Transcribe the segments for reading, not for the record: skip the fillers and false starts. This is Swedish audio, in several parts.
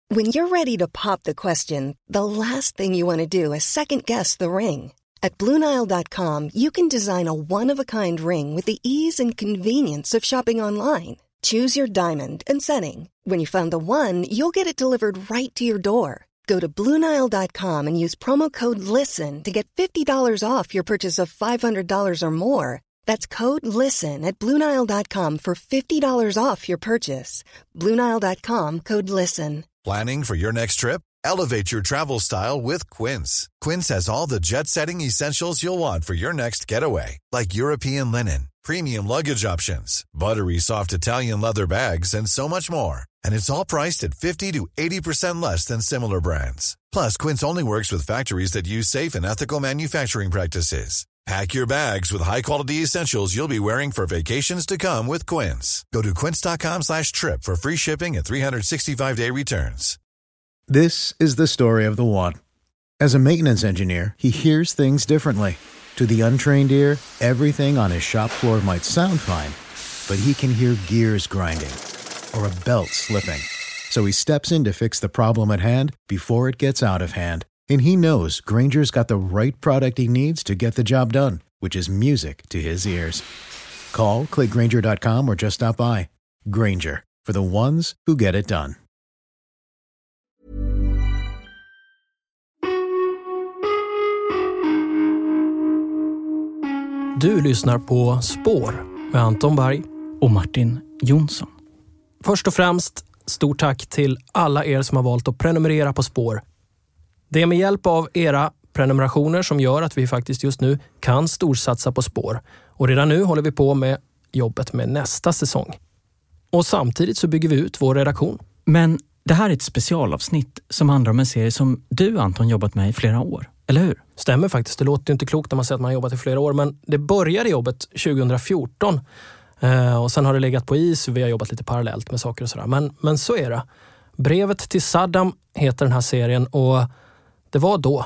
When you're ready to pop the question, the last thing you want to do is second-guess the ring. At BlueNile.com, you can design a one-of-a-kind ring with the ease and convenience of shopping online. Choose your diamond and setting. When you find the one, you'll get it delivered right to your door. Go to BlueNile.com and use promo code LISTEN to get $50 off your purchase of $500 or more. That's code LISTEN at BlueNile.com for $50 off your purchase. BlueNile.com, code LISTEN. Planning for your next trip? Elevate your travel style with Quince. Quince has all the jet-setting essentials you'll want for your next getaway, like European linen, premium luggage options, buttery soft Italian leather bags, and so much more. And it's all priced at 50 to 80% less than similar brands. Plus, Quince only works with factories that use safe and ethical manufacturing practices. Pack your bags with high-quality essentials you'll be wearing for vacations to come with Quince. Go to quince.com/trip for free shipping and 365-day returns. This is the story of the one. As a maintenance engineer, he hears things differently. To the untrained ear, everything on his shop floor might sound fine, but he can hear gears grinding or a belt slipping. So he steps in to fix the problem at hand before it gets out of hand. And he knows Grainger's got the right product he needs to get the job done, which is music to his ears. Call, click Grainger.com or just stop by. Grainger, for the ones who get it done. Du lyssnar på Spår med Anton Berg och Martin Jonsson. Först och främst, stort tack till alla er som har valt att prenumerera på Spår. Det är med hjälp av era prenumerationer som gör att vi faktiskt just nu kan storsatsa på Spår. Och redan nu håller vi på med jobbet med nästa säsong. Och samtidigt så bygger vi ut vår redaktion. Men det här är ett specialavsnitt som handlar om en serie som du, Anton, jobbat med i flera år, eller hur? Stämmer faktiskt, det låter ju inte klokt när man säger att man har jobbat i flera år. Men det började jobbet 2014 och sen har det legat på is och vi har jobbat lite parallellt med saker och sådär. Men så är det. Brevet till Saddam heter den här serien och det var då,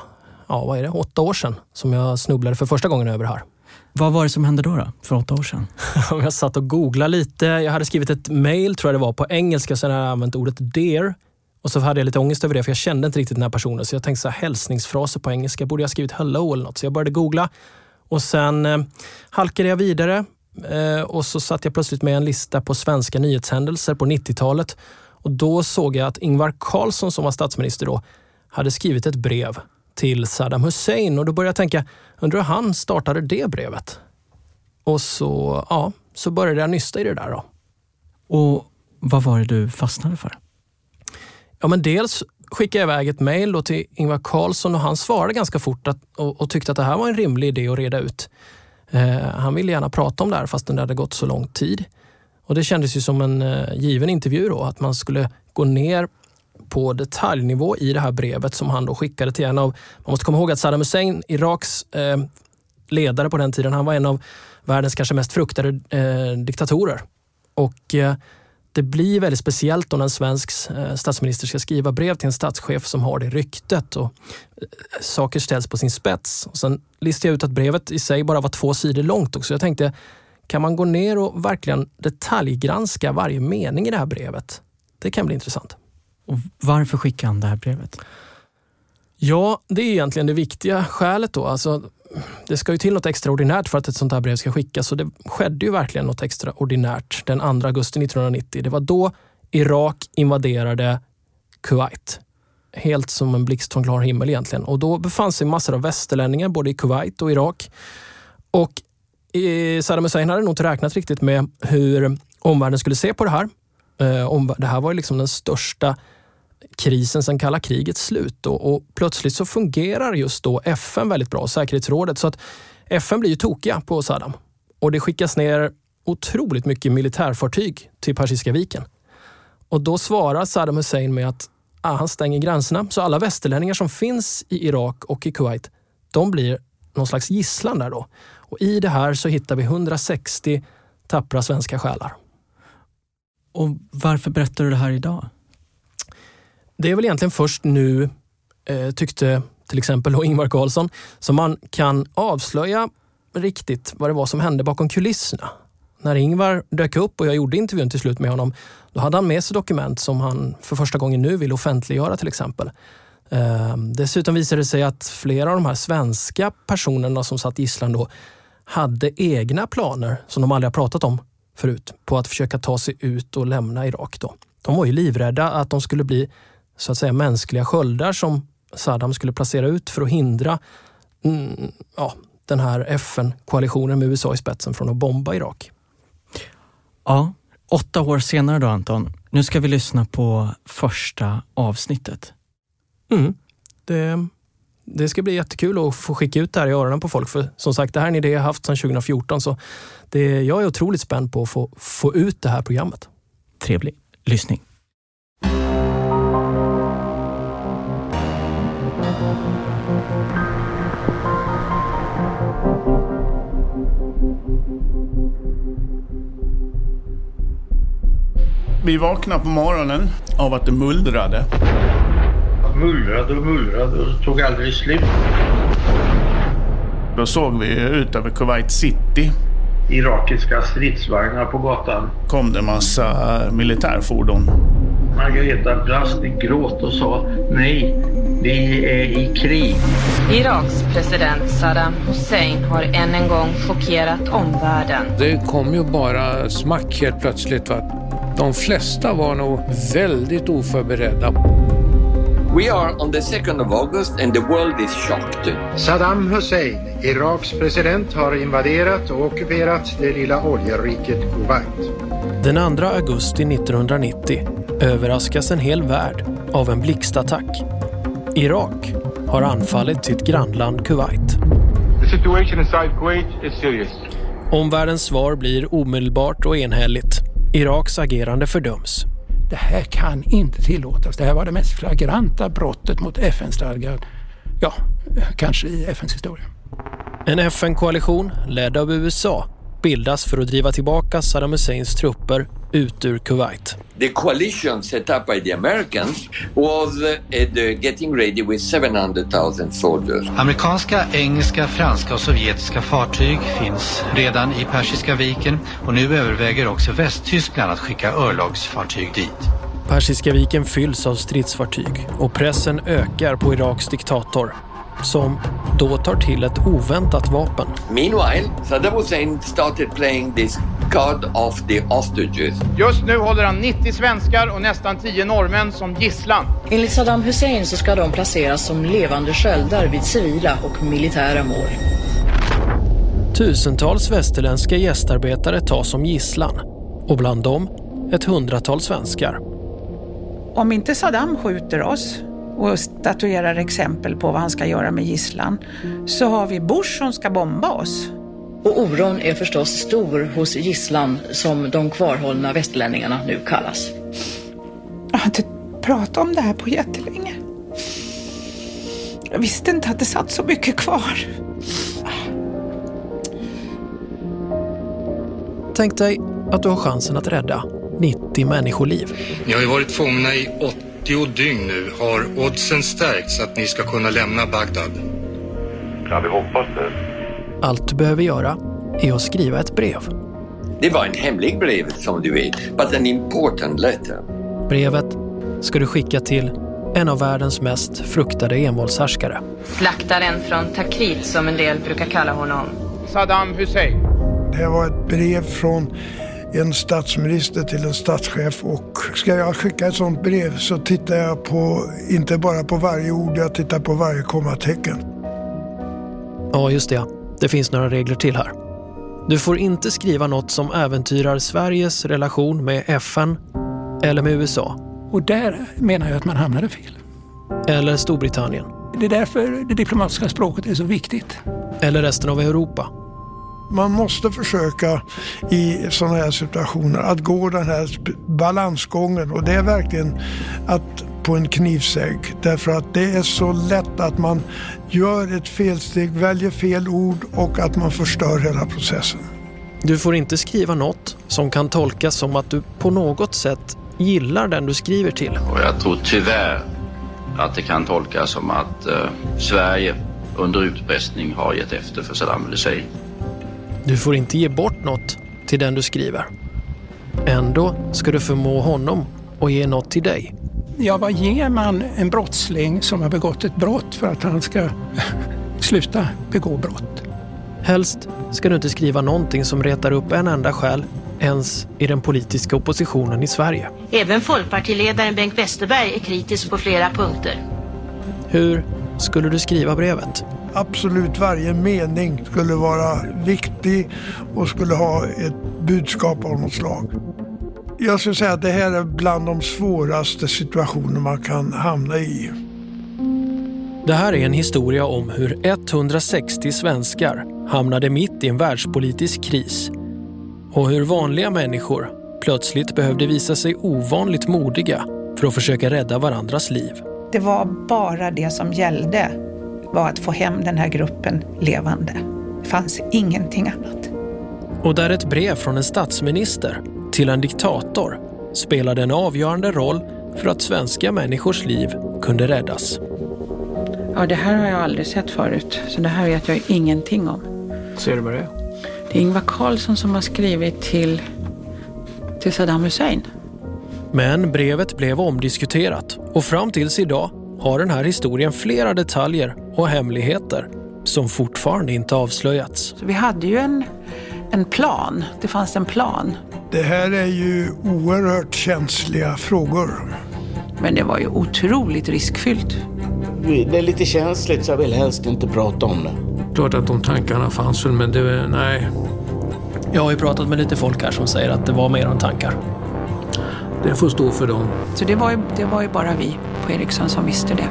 8 år sedan som jag snubblade för första gången över det här. Vad var det som hände då för 8 år sedan? Jag satt och googlade lite. Jag hade skrivit ett mail, tror jag det var, på engelska. Sen hade jag använt ordet dear. Och så hade jag lite ångest över det, för jag kände inte riktigt den här personen. Så jag tänkte så här, hälsningsfraser på engelska. Borde jag skrivit hello eller något? Så jag började googla. Och sen halkade jag vidare. Och så satt jag plötsligt med en lista på svenska nyhetshändelser på 90-talet. Och då såg jag att Ingvar Carlsson, som var statsminister då, hade skrivit ett brev till Saddam Hussein. Och då började jag tänka, undrar hur han startade det brevet? Och så började jag nysta i det där då. Och vad var det du fastnade för? Ja, men dels skickade jag iväg ett mejl då till Ingvar Carlsson och han svarade ganska fort och tyckte att det här var en rimlig idé att reda ut. Han ville gärna prata om det här fast det hade gått så lång tid. Och det kändes ju som en given intervju då, att man skulle gå ner på detaljnivå i det här brevet som han då skickade till en av, man måste komma ihåg att Saddam Hussein, Iraks ledare på den tiden, han var en av världens kanske mest fruktade diktatorer. Och det blir väldigt speciellt då när en svensk statsminister ska skriva brev till en statschef som har det ryktet och saker ställs på sin spets. Och sen listade jag ut att brevet i sig bara var 2 sidor långt också. Jag tänkte, kan man gå ner och verkligen detaljgranska varje mening i det här brevet? Det kan bli intressant. Och varför skickade han det här brevet? Ja, det är egentligen det viktiga skälet då. Alltså, det ska ju till något extraordinärt för att ett sånt här brev ska skickas. Så det skedde ju verkligen något extraordinärt den 2 augusti 1990. Det var då Irak invaderade Kuwait. Helt som en blixt från klar himmel egentligen. Och då befann sig massor av västerlänningar både i Kuwait och Irak. Och Saddam Hussein hade nog inte räknat riktigt med hur omvärlden skulle se på det här. Det här var ju liksom den största krisen sedan kalla krigets slut. Och plötsligt så fungerar just då FN väldigt bra, säkerhetsrådet. Så att FN blir ju tokiga på Saddam. Och det skickas ner otroligt mycket militärfartyg till Persiska viken. Och då svarar Saddam Hussein med att han stänger gränserna. Så alla västerlänningar som finns i Irak och i Kuwait, de blir någon slags gisslan där då. Och i det här så hittar vi 160 tappra svenska själar. Och varför berättar du det här idag? Det är väl egentligen först nu, tyckte till exempel då Ingvar Carlsson, som man kan avslöja riktigt vad det var som hände bakom kulisserna när Ingvar dök upp och jag gjorde intervjun till slut med honom, då hade han med sig dokument som han för första gången nu vill offentliggöra till exempel. Dessutom visade det sig att flera av de här svenska personerna som satt i gisslan då hade egna planer som de aldrig har pratat om förut på att försöka ta sig ut och lämna Irak då. De var ju livrädda att de skulle bli så att säga mänskliga sköldar som Saddam skulle placera ut för att hindra den här FN-koalitionen med USA i spetsen från att bomba Irak. Ja, 8 år senare då Anton. Nu ska vi lyssna på första avsnittet. Det ska bli jättekul att få skicka ut det här i öronen på folk. För som sagt, det här är en idé jag har haft sedan 2014. Så jag är otroligt spänd på att få ut det här programmet. Trevlig lyssning. Vi vaknade på morgonen av att det mullrade. Mullrade och tog aldrig slut. Då såg vi ut över Kuwait City. Irakiska stridsvagnar på gatan. Kom det en massa militärfordon. Margareta brast i gråt och sa nej, vi är i krig. Iraks president Saddam Hussein har än en gång chockerat omvärlden. Det kom ju bara smack helt plötsligt. De flesta var nog väldigt oförberedda. We are on the 2nd of August and the world is shocked. Saddam Hussein, Iraks president, har invaderat och ockuperat det lilla oljeriket Kuwait. Den 2 augusti 1990 överraskas en hel värld av en blixtattack. Irak har anfallit sitt grannland Kuwait. The situation inside Kuwait is serious. Omvärldens svar blir omedelbart och enhälligt. Iraks agerande fördöms. Det här kan inte tillåtas. Det här var det mest flagranta brottet mot FN-stadgan. Ja, kanske i FNs historia. En FN-koalition ledd av USA bildas för att driva tillbaka Saddam Husseins trupper ut ur Kuwait. The coalition set up by the Americans was getting ready with 700,000 soldiers. Amerikanska, engelska, franska och sovjetiska fartyg finns redan i Persiska viken och nu överväger också Västtyskland att skicka örlogsfartyg dit. Persiska viken fylls av stridsfartyg och pressen ökar på Iraks diktator som då tar till ett oväntat vapen. Meanwhile, Saddam Hussein started playing this card of the hostages. Just nu håller han 90 svenskar och nästan 10 norrmän som gisslan. Enligt Saddam Hussein så ska de placeras som levande sköldar vid civila och militära mål. Tusentals västerländska gästarbetare tas som gisslan och bland dem 100-tal svenskar. Om inte Saddam skjuter oss och statuerar exempel på vad han ska göra med gisslan, så har vi Bush som ska bomba oss. Och oron är förstås stor hos gisslan, som de kvarhållna västlänningarna nu kallas. Jag har inte pratat om det här på jättelänge. Jag visste inte att det satt så mycket kvar. Tänk dig att du har chansen att rädda 90 människoliv. Ni har ju varit fångna i 80 dygn nu. Har oddsen stärkts att ni ska kunna lämna Bagdad? Ja, vi hoppas det. Allt du behöver göra är att skriva ett brev. Det var en hemlig brev som du vet, but an important letter. Brevet ska du skicka till en av världens mest fruktade envåldshärskare. Slaktaren från Takrit, som en del brukar kalla honom. Saddam Hussein. Det var ett brev från en statsminister till en statschef, och ska jag skicka ett sånt brev så tittar jag på, inte bara på varje ord, jag tittar på varje kommatecken. Ja, just det. Det finns några regler till här. Du får inte skriva något som äventyrar Sveriges relation med FN eller med USA. Och där menar jag att man hamnade fel. Eller Storbritannien. Det är därför det diplomatiska språket är så viktigt. Eller resten av Europa. Man måste försöka i sådana här situationer att gå den här balansgången, och det är verkligen att på en knivsägg, därför att det är så lätt att man gör ett felsteg, väljer fel ord och att man förstör hela processen. Du får inte skriva något som kan tolkas som att du på något sätt gillar den du skriver till. Och jag tror tyvärr att det kan tolkas som att Sverige under utpressning har gett efter för Saddam Hussein. Du får inte ge bort något till den du skriver. Ändå ska du förmå honom att ge något till dig. Ja, vad ger man en brottsling som har begått ett brott för att han ska sluta begå brott? Helst ska du inte skriva någonting som retar upp en enda själ, ens i den politiska oppositionen i Sverige. Även folkpartiledaren Bengt Westerberg är kritisk på flera punkter. Hur skulle du skriva brevet? Absolut varje mening skulle vara viktig och skulle ha ett budskap av något slag. Jag skulle säga att det här är bland de svåraste situationer man kan hamna i. Det här är en historia om hur 160 svenskar hamnade mitt i en världspolitisk kris och hur vanliga människor plötsligt behövde visa sig ovanligt modiga för att försöka rädda varandras liv. Det var bara det som gällde, var att få hem den här gruppen levande. Det fanns ingenting annat. Och där ett brev från en statsminister till en diktator spelade en avgörande roll för att svenska människors liv kunde räddas. Ja, det här har jag aldrig sett förut, så det här vet jag ingenting om. Ser du vad det är? Det är Ingvar Carlsson som har skrivit till Saddam Hussein. Men brevet blev omdiskuterat och fram tills idag har den här historien flera detaljer och hemligheter som fortfarande inte avslöjats. Så vi hade ju en plan. Det fanns en plan. Det här är ju oerhört känsliga frågor. Men det var ju otroligt riskfyllt. Det är lite känsligt så jag vill helst inte prata om det. Klart att de tankarna fanns väl, men det nej. Jag har ju pratat med lite folk här som säger att det var mer än tankar. Det får stå för dem. Så det var ju bara vi på Ericsson som visste det.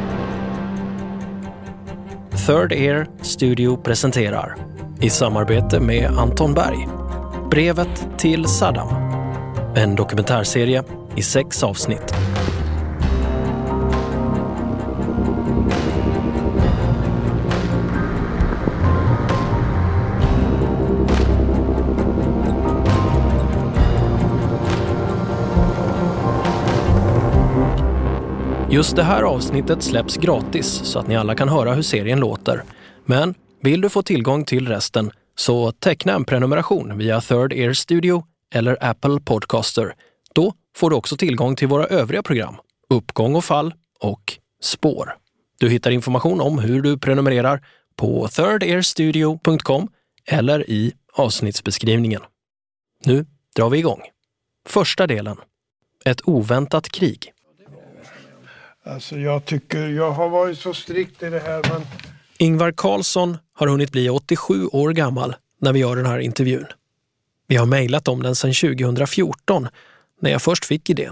Third Ear Studio presenterar i samarbete med Anton Berg Brevet till Saddam. En dokumentärserie i 6 avsnitt. Just det här avsnittet släpps gratis så att ni alla kan höra hur serien låter. Men vill du få tillgång till resten så teckna en prenumeration via Third Ear Studio eller Apple Podcaster. Då får du också tillgång till våra övriga program, Uppgång och fall och Spår. Du hittar information om hur du prenumererar på thirdearstudio.com eller i avsnittsbeskrivningen. Nu drar vi igång. Första delen. Ett oväntat krig. Alltså jag har varit så strikt i det här, men... Ingvar Carlsson har hunnit bli 87 år gammal när vi gör den här intervjun. Vi har mejlat om den sedan 2014 när jag först fick idén.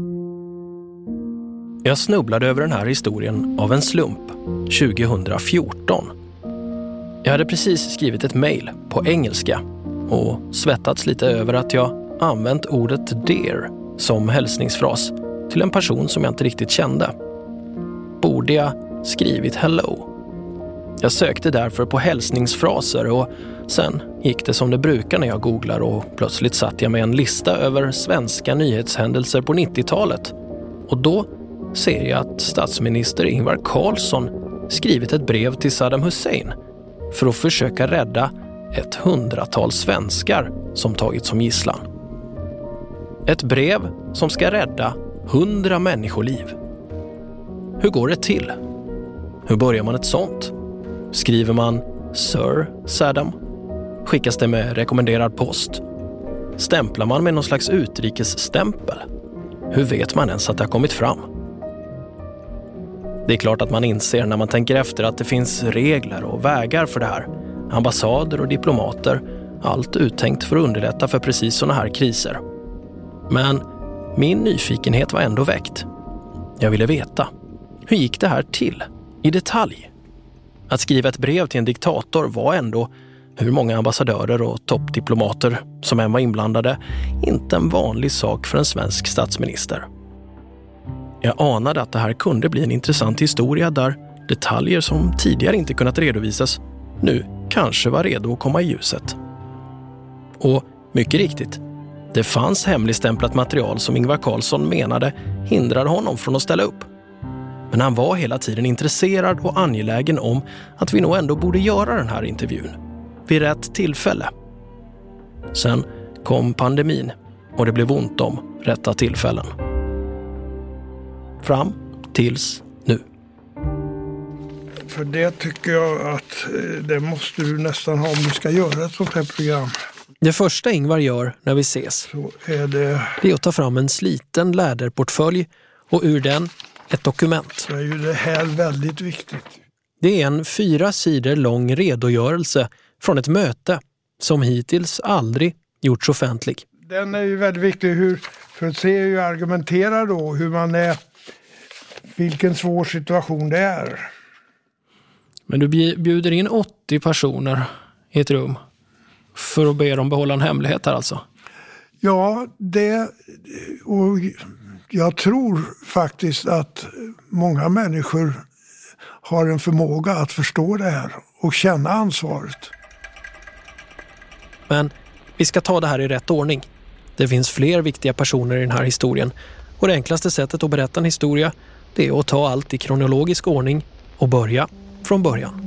Jag snubblade över den här historien av en slump 2014. Jag hade precis skrivit ett mejl på engelska och svettats lite över att jag använt ordet dear som hälsningsfras till en person som jag inte riktigt kände. Borde jag skrivit hello? Jag sökte därför på hälsningsfraser och sen gick det som det brukar när jag googlar och plötsligt satt jag med en lista över svenska nyhetshändelser på 90-talet. Och då ser jag att statsminister Ingvar Carlsson skrivit ett brev till Saddam Hussein för att försöka rädda 100-tal svenskar som tagits som gisslan. Ett brev som ska rädda 100 människoliv. Hur går det till? Hur börjar man ett sånt? Skriver man Sir Saddam? Skickas det med rekommenderad post? Stämplar man med någon slags utrikesstämpel? Hur vet man ens att det har kommit fram? Det är klart att man inser när man tänker efter att det finns regler och vägar för det här. Ambassader och diplomater, allt uttänkt för att underlätta för precis såna här kriser. Men min nyfikenhet var ändå väckt. Jag ville veta, hur gick det här till? I detalj. Att skriva ett brev till en diktator var ändå, hur många ambassadörer och toppdiplomater som än var inblandade, inte en vanlig sak för en svensk statsminister. Jag anade att det här kunde bli en intressant historia där detaljer som tidigare inte kunnat redovisas nu kanske var redo att komma i ljuset. Och mycket riktigt, det fanns hemligstämplat material som Ingvar Carlsson menade hindrade honom från att ställa upp. Men han var hela tiden intresserad och angelägen om att vi nog ändå borde göra den här intervjun vid rätt tillfälle. Sen kom pandemin och det blev ont om rätta tillfällen. Fram tills nu. För det tycker jag att det måste du nästan ha om du ska göra ett sånt här program. Det första Ingvar gör när vi ses det är att ta fram en sliten läderportfölj och ur den ett dokument. Så är ju det här väldigt viktigt. Det är en 4 sidor lång redogörelse från ett möte som hittills aldrig gjorts offentlig. Den är ju väldigt viktig för att se hur jag argumenterar då, hur man är, vilken svår situation det är. Men du bjuder in 80 personer i ett rum för att be dem behålla en hemlighet här alltså? Ja, och jag tror faktiskt att många människor har en förmåga att förstå det här och känna ansvaret. Men vi ska ta det här i rätt ordning. Det finns fler viktiga personer i den här historien och det enklaste sättet att berätta en historia det är att ta allt i kronologisk ordning och börja från början.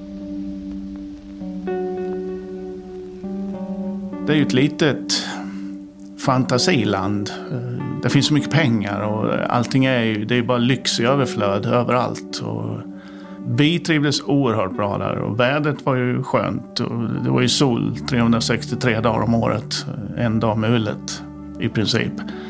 Det är ju ett litet fantasiland. Det finns så mycket pengar och allting det är bara lyx i överflöd överallt. Och vi trivdes oerhört bra där och vädret var ju skönt. Och det var ju sol 363 dagar om året, en dag mulet i princip.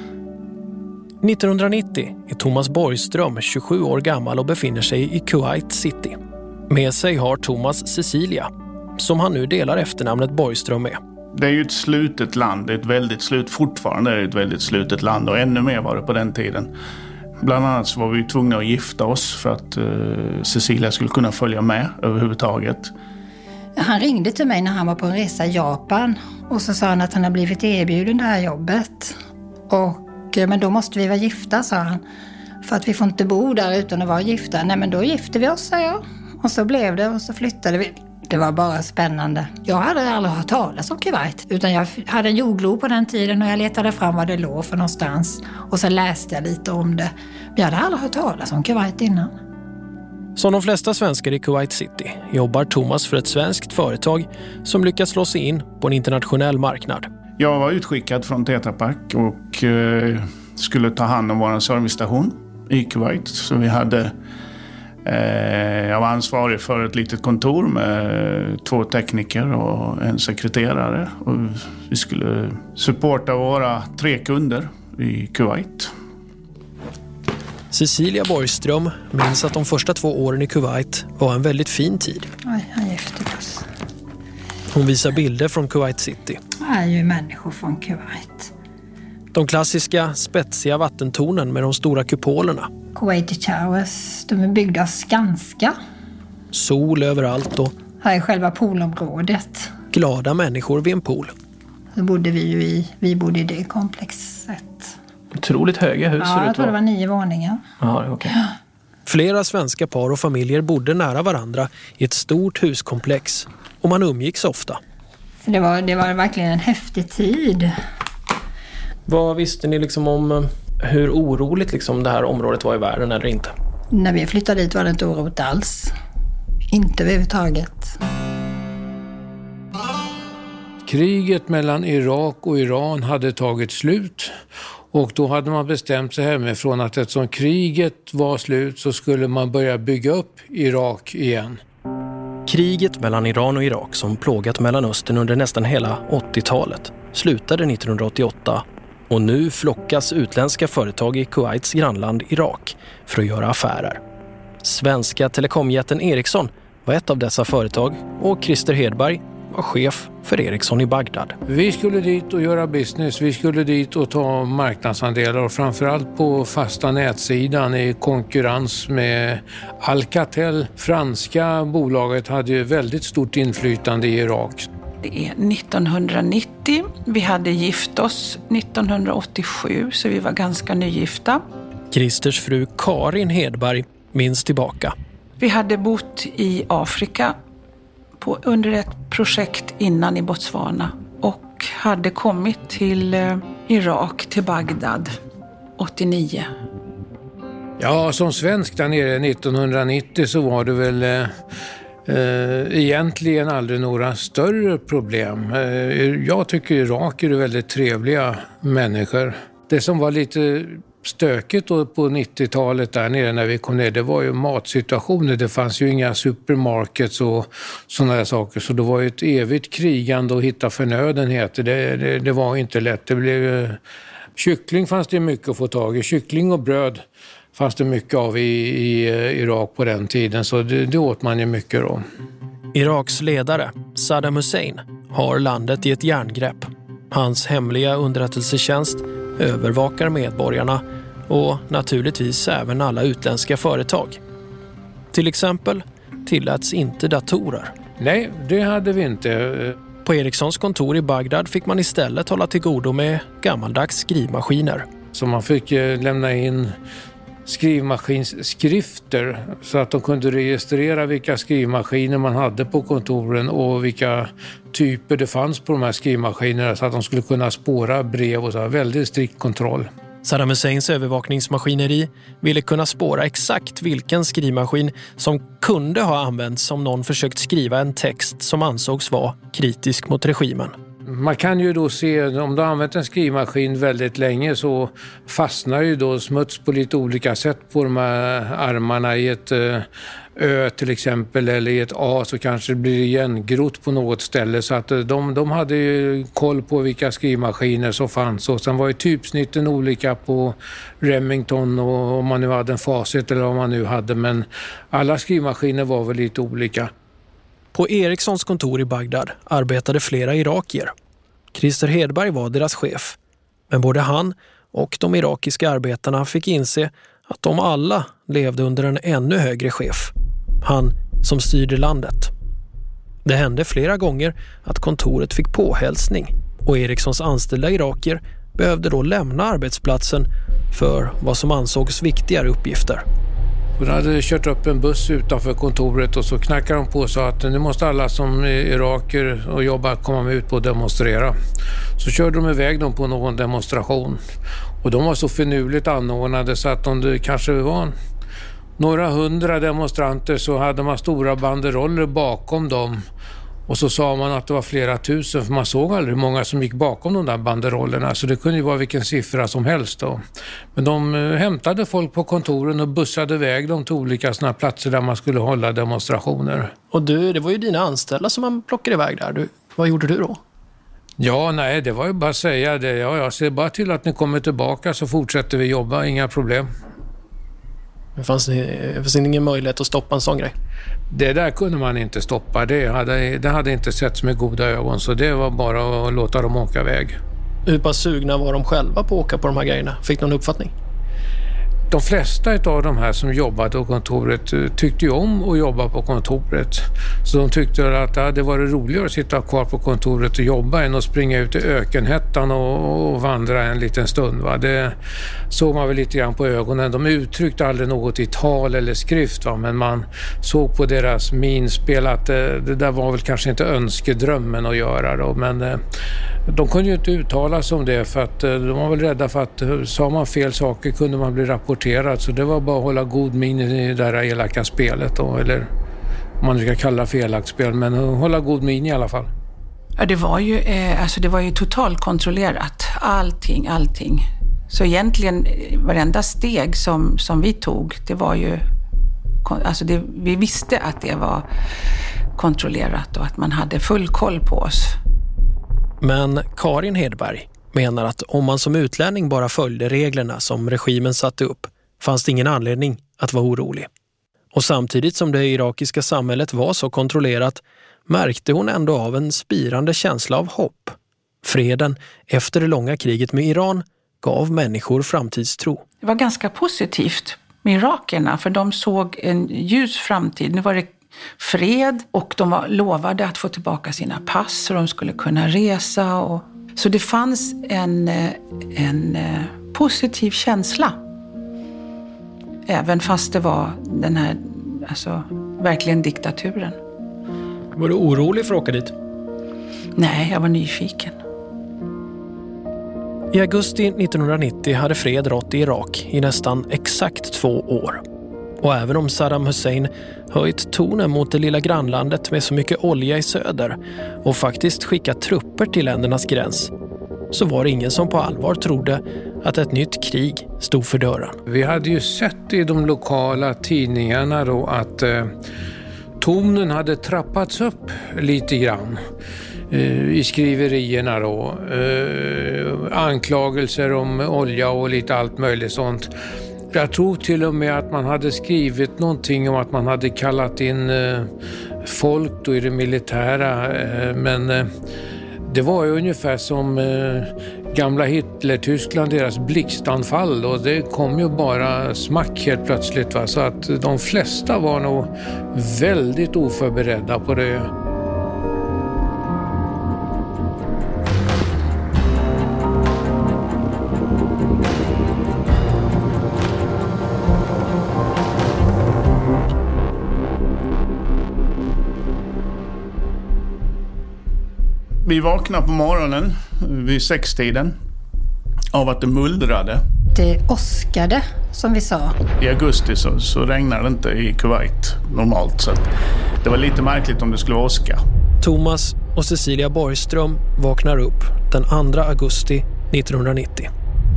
1990 är Thomas Borgström 27 år gammal och befinner sig i Kuwait City. Med sig har Thomas Cecilia, som han nu delar efternamnet Borgström med. Det är ju ett slutet land, det är ett väldigt fortfarande är det ett väldigt slutet land och ännu mer var det på den tiden. Bland annat så var vi tvungna att gifta oss för att Cecilia skulle kunna följa med överhuvudtaget. Han ringde till mig när han var på en resa i Japan och så sa han att han hade blivit erbjuden det här jobbet. Men då måste vi vara gifta, sa han. För att vi får inte bo där utan att vara gifta. Nej, men då gifte vi oss, sa jag. Och så blev det och så flyttade vi. Det var bara spännande. Jag hade aldrig hört talas om Kuwait. Utan jag hade en jordglob på den tiden och jag letade fram vad det låg för någonstans. Och så läste jag lite om det. Men jag hade aldrig hört talas om Kuwait innan. Som de flesta svenskar i Kuwait City jobbar Thomas för ett svenskt företag som lyckas slå sig in på en internationell marknad. Jag var utskickad från Tetra Pak och skulle ta hand om vår servicestation i Kuwait. Så vi hade... Jag var ansvarig för ett litet kontor med 2 tekniker och en sekreterare. Och vi skulle supporta våra 3 kunder i Kuwait. Cecilia Borgström minns att de första 2 åren i Kuwait var en väldigt fin tid. Oj, han gifte oss. Hon visar bilder från Kuwait City. Det är ju människor från Kuwait. De klassiska spetsiga vattentornen med de stora kupolerna. Kuwaiti Towers, de är byggda av Skanska. Sol överallt och... Här är själva poolområdet. Glada människor vid en pool. Så bodde vi bodde i det komplexet. Otroligt höga hus. Ja, jag tror det var 9 våningar. Ja, okej. Ja. Flera svenska par och familjer bodde nära varandra i ett stort huskomplex. Och man umgicks ofta. Så det var verkligen en häftig tid. Vad visste ni liksom om hur oroligt liksom det här området var i världen eller inte? När vi flyttade dit var det inte oroligt alls. Inte överhuvudtaget. Kriget mellan Irak och Iran hade tagit slut. Och då hade man bestämt sig hemifrån att eftersom kriget var slut så skulle man börja bygga upp Irak igen. Kriget mellan Iran och Irak som plågat Mellanöstern under nästan hela 80-talet slutade 1988 och nu flockas utländska företag i Kuwaits grannland Irak för att göra affärer. Svenska telekomjätten Ericsson var ett av dessa företag och Christer Hedberg var chef för Ericsson i Bagdad. Vi skulle dit och göra business, vi skulle dit och ta marknadsandelar och framförallt på fasta nätsidan i konkurrens med Alcatel. Franska bolaget hade ju väldigt stort inflytande i Irak. Det är 1990, vi hade gift oss 1987 så vi var ganska nygifta. Christers fru Karin Hedberg minns tillbaka. Vi hade bott i Afrika under ett projekt innan i Botswana och hade kommit till Irak, till Bagdad 89. Ja, som svensk där nere 1990 så var det väl egentligen aldrig några större problem. Jag tycker iraker är väldigt trevliga människor. Det som var lite stökigt då på 90-talet där nere när vi kom ner, det var ju matsituationer. Det fanns ju inga supermarkets och sådana här saker. Så det var ju ett evigt krigande att hitta förnödenheter. Det var inte lätt. Det blev, kyckling fanns det mycket att få tag i. Kyckling och bröd fanns det mycket av i Irak på den tiden. Så det åt man ju mycket då. Iraks ledare, Saddam Hussein, har landet i ett järngrepp. Hans hemliga underrättelsetjänst övervakar medborgarna och naturligtvis även alla utländska företag. Till exempel tilläts inte datorer. Nej, det hade vi inte. På Ericssons kontor i Bagdad fick man istället hålla till godo med gammaldags skrivmaskiner. Så man fick lämna in skrivmaskinsskrifter så att de kunde registrera vilka skrivmaskiner man hade på kontoren och vilka typer det fanns på de här skrivmaskinerna så att de skulle kunna spåra brev och så här. Väldigt strikt kontroll. Saddam Husseins övervakningsmaskineri ville kunna spåra exakt vilken skrivmaskin som kunde ha använts om någon försökt skriva en text som ansågs vara kritisk mot regimen. Man kan ju då se, om du har använt en skrivmaskin väldigt länge så fastnar ju då smuts på lite olika sätt på de här armarna. I ett Ö till exempel eller i ett A så kanske det blir igengrott på något ställe. Så att de hade ju koll på vilka skrivmaskiner som fanns. Och sen var ju typsnitten olika på Remington och om man nu hade en Facit eller vad man nu hade. Men alla skrivmaskiner var väl lite olika. På Ericssons kontor i Bagdad arbetade flera irakier. Christer Hedberg var deras chef. Men både han och de irakiska arbetarna fick inse att de alla levde under en ännu högre chef. Han som styrde landet. Det hände flera gånger att kontoret fick påhälsning och Ericssons anställda irakier behövde då lämna arbetsplatsen för vad som ansågs viktigare uppgifter. Hon hade kört upp en buss utanför kontoret och så knackade de på och sa att nu måste alla som är iraker och jobbar komma med ut på och demonstrera. Så körde de iväg dem på någon demonstration. Och de var så finurligt anordnade så att om det kanske var några 100 demonstranter så hade man stora banderoller bakom dem. Och så sa man att det var flera tusen för man såg aldrig många som gick bakom de där banderollerna. Så det kunde ju vara vilken siffra som helst då. Men de hämtade folk på kontoren och bussade iväg dem till olika såna platser där man skulle hålla demonstrationer. Och det var ju dina anställda som man plockade iväg där. Vad gjorde du då? Ja, nej, det var ju bara att säga det. Ja, jag ser bara till att ni kommer tillbaka så fortsätter vi jobba, inga problem. Det fanns ingen möjlighet att stoppa en sån grej? Det där kunde man inte stoppa. Det hade inte setts med goda ögon så det var bara att låta dem åka iväg. Hur pass sugna var de själva på att åka på de här grejerna? Fick någon uppfattning? De flesta av de här som jobbade på kontoret tyckte ju om att jobba på kontoret. Så de tyckte att det var roligare att sitta kvar på kontoret och jobba än att springa ut i ökenhettan och vandra en liten stund. Va? Det såg man väl lite grann på ögonen. De uttryckte aldrig något i tal eller skrift, va? Men man såg på deras minspel att det där var väl kanske inte önskedrömmen att göra. Då. Men de kunde ju inte uttala sig om det för att de var väl rädda för att sa man fel saker kunde man bli rapporterad. Så det var bara att hålla god min i det där elaka spelet då, eller om man nu ska kalla det för elakt spel, men hålla god min i alla fall. Ja, det var ju totalkontrollerat. Allting. Så egentligen varenda steg som vi tog, det var ju vi visste att det var kontrollerat och att man hade full koll på oss. Men Karin Hedberg menar att om man som utlänning bara följde reglerna som regimen satte upp fanns det ingen anledning att vara orolig. Och samtidigt som det irakiska samhället var så kontrollerat märkte hon ändå av en spirande känsla av hopp. Freden efter det långa kriget med Iran gav människor framtidstro. Det var ganska positivt med irakierna för de såg en ljus framtid. Nu var det fred och de lovade att få tillbaka sina pass och de skulle kunna resa. Så det fanns en positiv känsla. Även fast det var den här, verkligen diktaturen. Var du orolig för att åka dit? Nej, jag var nyfiken. I augusti 1990 hade fred rått i Irak i nästan exakt 2 år. Och även om Saddam Hussein höjt tonen mot det lilla grannlandet med så mycket olja i söder och faktiskt skickat trupper till ländernas gräns, så var det ingen som på allvar trodde att ett nytt krig stod för dörren. Vi hade ju sett i de lokala tidningarna då att tonen hade trappats upp lite grann i skriverierna då. Anklagelser om olja och lite allt möjligt sånt. Jag tror till och med att man hade skrivit någonting om att man hade kallat in folk då i det militära. Men det var ju ungefär som gamla Hitler-Tyskland, deras blixtanfall, och det kom ju bara smack helt plötsligt. Va? Så att de flesta var nog väldigt oförberedda på det. Vi vaknade på morgonen vid 6-tiden av att det mullrade. Det åskade, som vi sa. I augusti så regnar det inte i Kuwait normalt, så det var lite märkligt om det skulle åska. Thomas och Cecilia Borgström vaknar upp den 2 augusti 1990.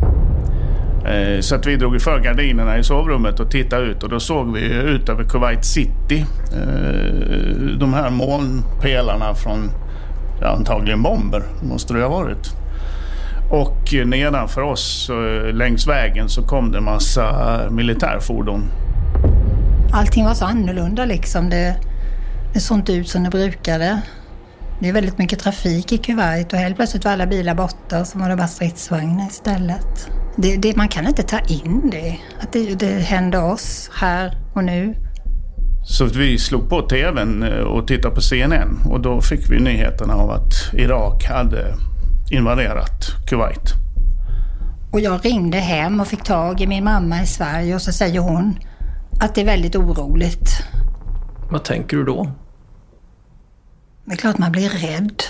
Så att vi drog i för gardinerna i sovrummet och tittade ut, och då såg vi ut över Kuwait City. De här molnpelarna från antagligen bomber måste det ha varit. Och nedanför oss längs vägen så kom det en massa militärfordon. Allting var så annorlunda liksom. Det såg inte ut som det brukade. Det är väldigt mycket trafik i Kuwait och helt plötsligt var alla bilar borta, så var det bara stridsvagnar istället. Man kan inte ta in det. Att det hände oss här och nu. Så vi slog på tvn och tittade på CNN, och då fick vi nyheterna av att Irak hade invaderat Kuwait. Och jag ringde hem och fick tag i min mamma i Sverige, och så säger hon att det är väldigt oroligt. Vad tänker du då? Det är klart man blir rädd.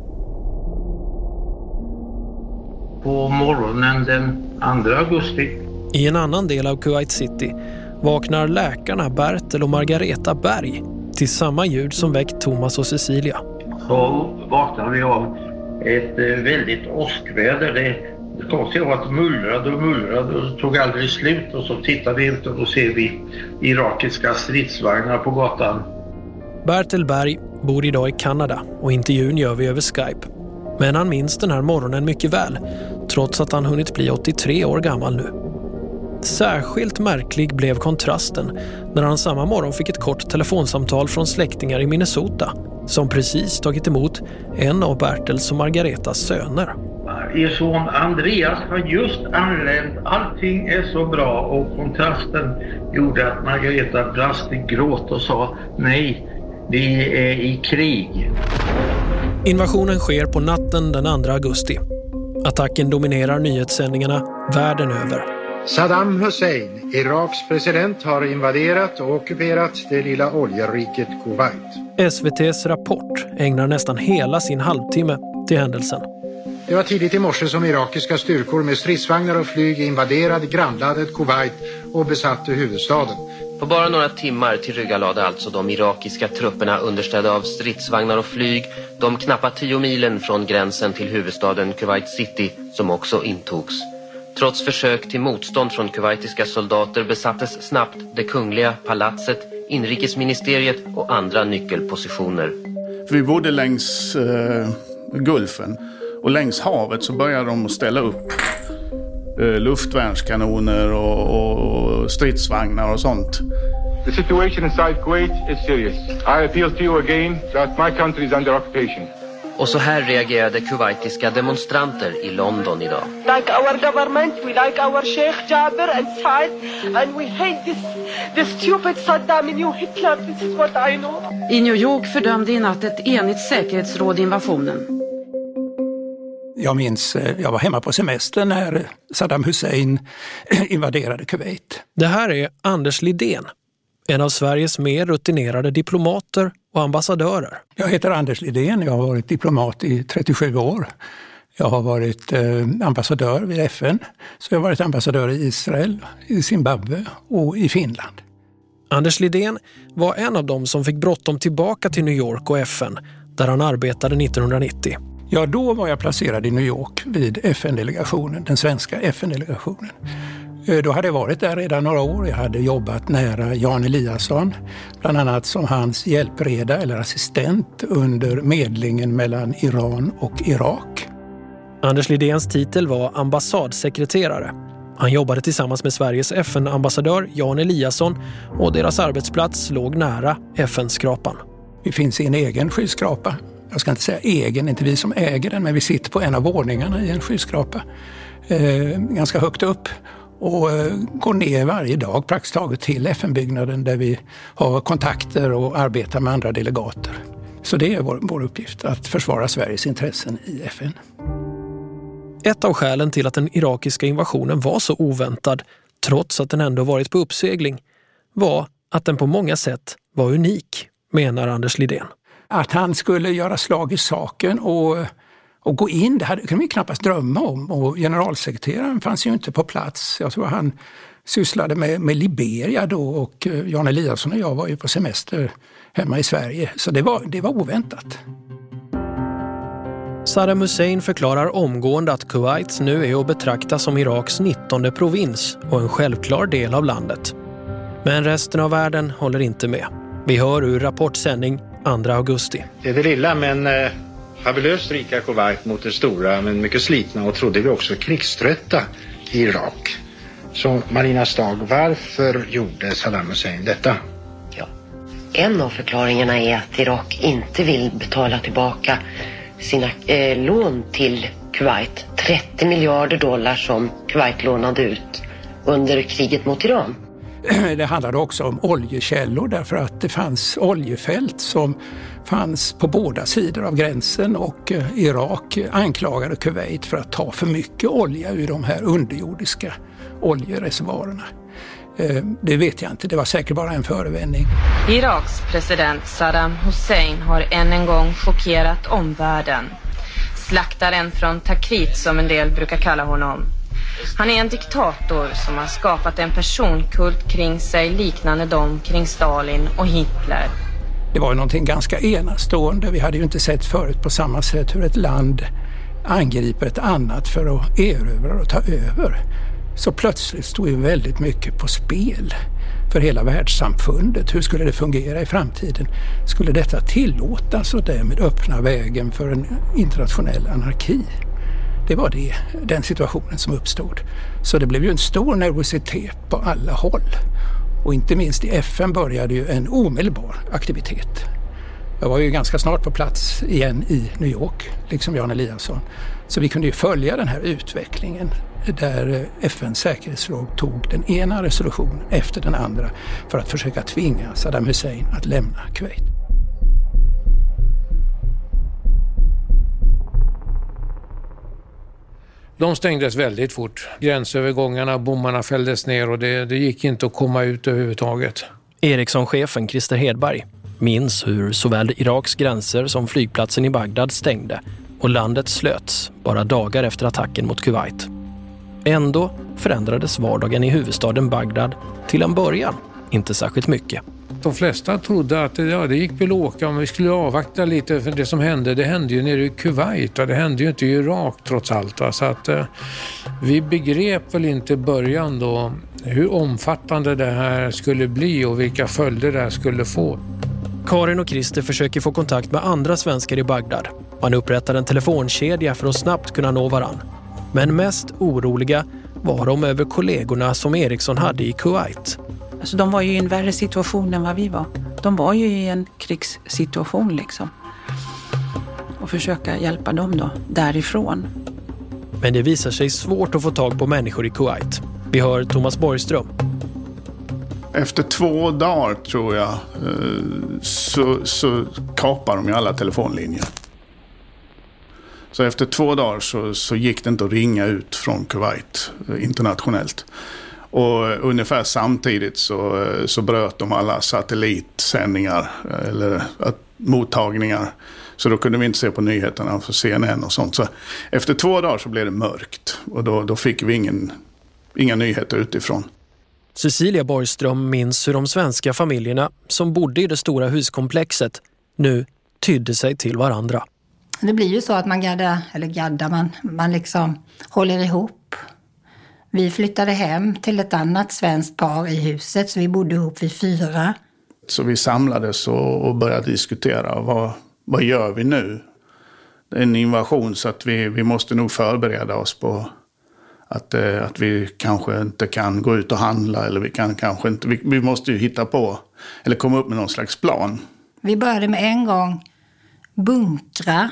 På morgonen den 2 augusti. I en annan del av Kuwait City vaknar läkarna Bertil och Margareta Berg till samma ljud som väckt Thomas och Cecilia. Så vaknade vi av ett väldigt åskväder. Det konstiga var att det mullrade och tog aldrig slut, och så tittade vi ut och då ser vi irakiska stridsvagnar på gatan. Bertil Berg bor idag i Kanada och intervjun gör vi över Skype. Men han minns den här morgonen mycket väl, trots att han hunnit bli 83 år gammal nu. Särskilt märklig blev kontrasten när han samma morgon fick ett kort telefonsamtal från släktingar i Minnesota som precis tagit emot en av Bertils och Margaretas söner. Er son Andreas har just anlänt. Allting är så bra, och kontrasten gjorde att Margareta brast i gråt och sa: nej, vi är i krig. Invasionen sker på natten den 2 augusti. Attacken dominerar nyhetssändningarna världen över. Saddam Hussein, Iraks president, har invaderat och ockuperat det lilla oljeriket Kuwait. SVT:s Rapport ägnar nästan hela sin halvtimme till händelsen. Det var tidigt i morse som irakiska styrkor med stridsvagnar och flyg invaderade grannlandet Kuwait och besatte huvudstaden. På bara några timmar tillryggalade alltså de irakiska trupperna understödda av stridsvagnar och flyg de knappa 10 milen från gränsen till huvudstaden Kuwait City, som också intogs. Trots försök till motstånd från kuwaitiska soldater besattes snabbt det kungliga palatset, inrikesministeriet och andra nyckelpositioner. Vi bodde längs Gulfen, och längs havet så började de att ställa upp luftvärnskanoner och stridsvagnar och sånt. The situation inside Kuwait is serious. I appeal to you again that my country is under occupation. Och så här reagerade kuwaitiska demonstranter i London idag. Like our government, we like our Sheikh Jaber and Saad, and we hate this stupid Saddam and new Hitler. This is what I know. I New York fördömde i natt ett enigt säkerhetsråd invasionen. Jag minns, jag var hemma på semester när Saddam Hussein invaderade Kuwait. Det här är Anders Lidén, en av Sveriges mer rutinerade diplomater och ambassadörer. Jag heter Anders Lidén, jag har varit diplomat i 37 år. Jag har varit ambassadör vid FN, så jag har varit ambassadör i Israel, i Zimbabwe och i Finland. Anders Lidén var en av dem som fick bråttom tillbaka till New York och FN, där han arbetade 1990. Ja, då var jag placerad i New York vid FN-delegationen, den svenska FN-delegationen. Då hade jag varit där redan några år. Jag hade jobbat nära Jan Eliasson, bland annat som hans hjälpreda eller assistent under medlingen mellan Iran och Irak. Anders Lidéns titel var ambassadsekreterare. Han jobbade tillsammans med Sveriges FN-ambassadör Jan Eliasson och deras arbetsplats låg nära FN-skrapan. Vi finns i en egen skyskrapa. Jag ska inte säga egen, inte vi som äger den, men vi sitter på en av våningarna i en skyskrapa. Ganska högt upp. Och går ner varje dag praktiskt taget till FN-byggnaden där vi har kontakter och arbetar med andra delegater. Så det är vår uppgift, att försvara Sveriges intressen i FN. Ett av skälen till att den irakiska invasionen var så oväntad, trots att den ändå varit på uppsegling, var att den på många sätt var unik, menar Anders Lidén. Att han skulle göra slag i saken och gå in, det kunde vi knappast drömma om. Och generalsekreteraren fanns ju inte på plats. Jag tror han sysslade med Liberia då, och Jan Eliasson och jag var ju på semester hemma i Sverige. Så det var oväntat. Saddam Hussein förklarar omgående att Kuwait nu är att betrakta som Iraks 19:e provins och en självklar del av landet. Men resten av världen håller inte med. Vi hör ur rapportsändning 2 augusti. Det är det lilla men fabulöst rika Kuwait mot det stora men mycket slitna och trodde vi också krigströtta i Irak. Så Marina Stag, varför gjorde Saddam Hussein detta? En av förklaringarna är att Irak inte vill betala tillbaka sina lån till Kuwait. 30 miljarder dollar som Kuwait lånade ut under kriget mot Iran. Det handlade också om oljekällor därför att det fanns oljefält som fanns på båda sidor av gränsen och Irak anklagade Kuwait för att ta för mycket olja ur de här underjordiska oljereservoarerna. Det vet jag inte, det var säkert bara en förevändning. Iraks president Saddam Hussein har än en gång chockerat omvärlden. Slaktaren från Tikrit som en del brukar kalla honom. Han är en diktator som har skapat en personkult kring sig liknande dem kring Stalin och Hitler. Det var ju någonting ganska enastående. Vi hade ju inte sett förut på samma sätt hur ett land angriper ett annat för att erövra och ta över. Så plötsligt stod ju väldigt mycket på spel för hela världssamfundet. Hur skulle det fungera i framtiden? Skulle detta tillåtas och därmed öppna vägen för en internationell anarki? Det var den situationen som uppstod. Så det blev ju en stor nervositet på alla håll. Och inte minst i FN började ju en omedelbar aktivitet. Jag var ju ganska snart på plats igen i New York, liksom Jan Eliasson. Så vi kunde ju följa den här utvecklingen där FNs säkerhetsråd tog den ena resolutionen efter den andra för att försöka tvinga Saddam Hussein att lämna Kuwait. De stängdes väldigt fort. Gränsövergångarna, bommarna fälldes ner och det gick inte att komma ut överhuvudtaget. Ericsson-chefen Christer Hedberg minns hur såväl Iraks gränser som flygplatsen i Bagdad stängde och landet slöts bara dagar efter attacken mot Kuwait. Ändå förändrades vardagen i huvudstaden Bagdad till en början inte särskilt mycket. De flesta trodde att det gick väl åka om vi skulle avvakta lite för det som hände. Det hände ju nere i Kuwait och det hände ju inte i Irak trots allt. Så att vi begrep väl inte i början då hur omfattande det här skulle bli och vilka följder det här skulle få. Karin och Christer försöker få kontakt med andra svenskar i Bagdad. Man upprättar en telefonkedja för att snabbt kunna nå varann. Men mest oroliga var de över kollegorna som Ericsson hade i Kuwait. Alltså de var ju i en värre situation än vad vi var. De var ju i en krigssituation liksom. Och försöka hjälpa dem då, därifrån. Men det visar sig svårt att få tag på människor i Kuwait. Vi hör Thomas Borgström. Efter 2 dagar tror jag så kapar de ju alla telefonlinjer. Så efter 2 dagar så gick det inte att ringa ut från Kuwait internationellt. Och ungefär samtidigt så bröt de alla satellitsändningar eller mottagningar. Så då kunde vi inte se på nyheterna för CNN och sånt. Så efter 2 dagar så blev det mörkt och då fick vi inga nyheter utifrån. Cecilia Borgström minns hur de svenska familjerna som bodde i det stora huskomplexet nu tydde sig till varandra. Det blir ju så att man liksom håller ihop. Vi flyttade hem till ett annat svenskt par i huset, så vi bodde ihop vid 4. Så vi samlades och började diskutera vad gör vi nu? Det är en invasion, så att vi måste nog förbereda oss på att vi kanske inte kan gå ut och handla, eller vi måste ju hitta på eller komma upp med någon slags plan. Vi började med en gång bunkra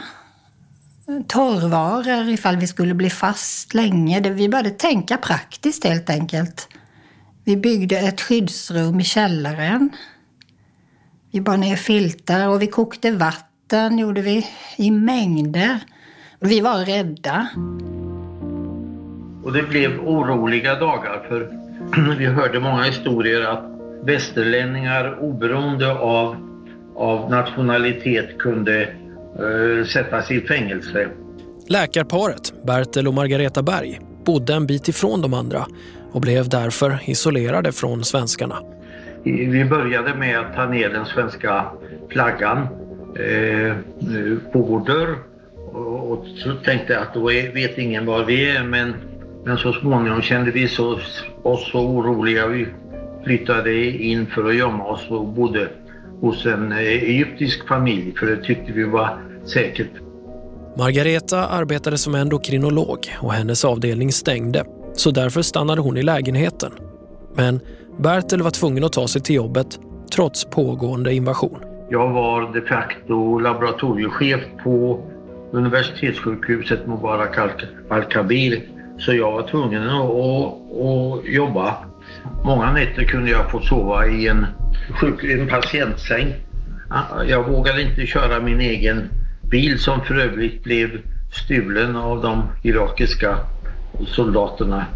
torrvaror ifall vi skulle bli fast länge. Vi började tänka praktiskt helt enkelt. Vi byggde ett skyddsrum i källaren. Vi bar ner filtar och vi kokte vatten, gjorde vi i mängder. Vi var rädda. Och det blev oroliga dagar, för vi hörde många historier att västerlänningar oberoende av nationalitet kunde sättas i fängelse. Läkarparet, Bertel och Margareta Berg, bodde en bit ifrån de andra och blev därför isolerade från svenskarna. Vi började med att ta ner den svenska flaggan på vår dörr och så tänkte jag att då vet ingen var vi är, men så småningom kände vi oss så oroliga. Vi flyttade in för att gömma oss och bodde hos en egyptisk familj, för det tyckte vi var säkert. Margareta arbetade som endokrinolog och hennes avdelning stängde, så därför stannade hon i lägenheten. Men Bertel var tvungen att ta sig till jobbet trots pågående invasion. Jag var de facto laboratoriechef på universitetssjukhuset Mubarak al-Kabir, så jag var tvungen att jobba. Många nätter kunde jag få sova i en patientsäng. Jag vågade inte köra min egen bil, som för övrigt blev stulen av de irakiska soldaterna.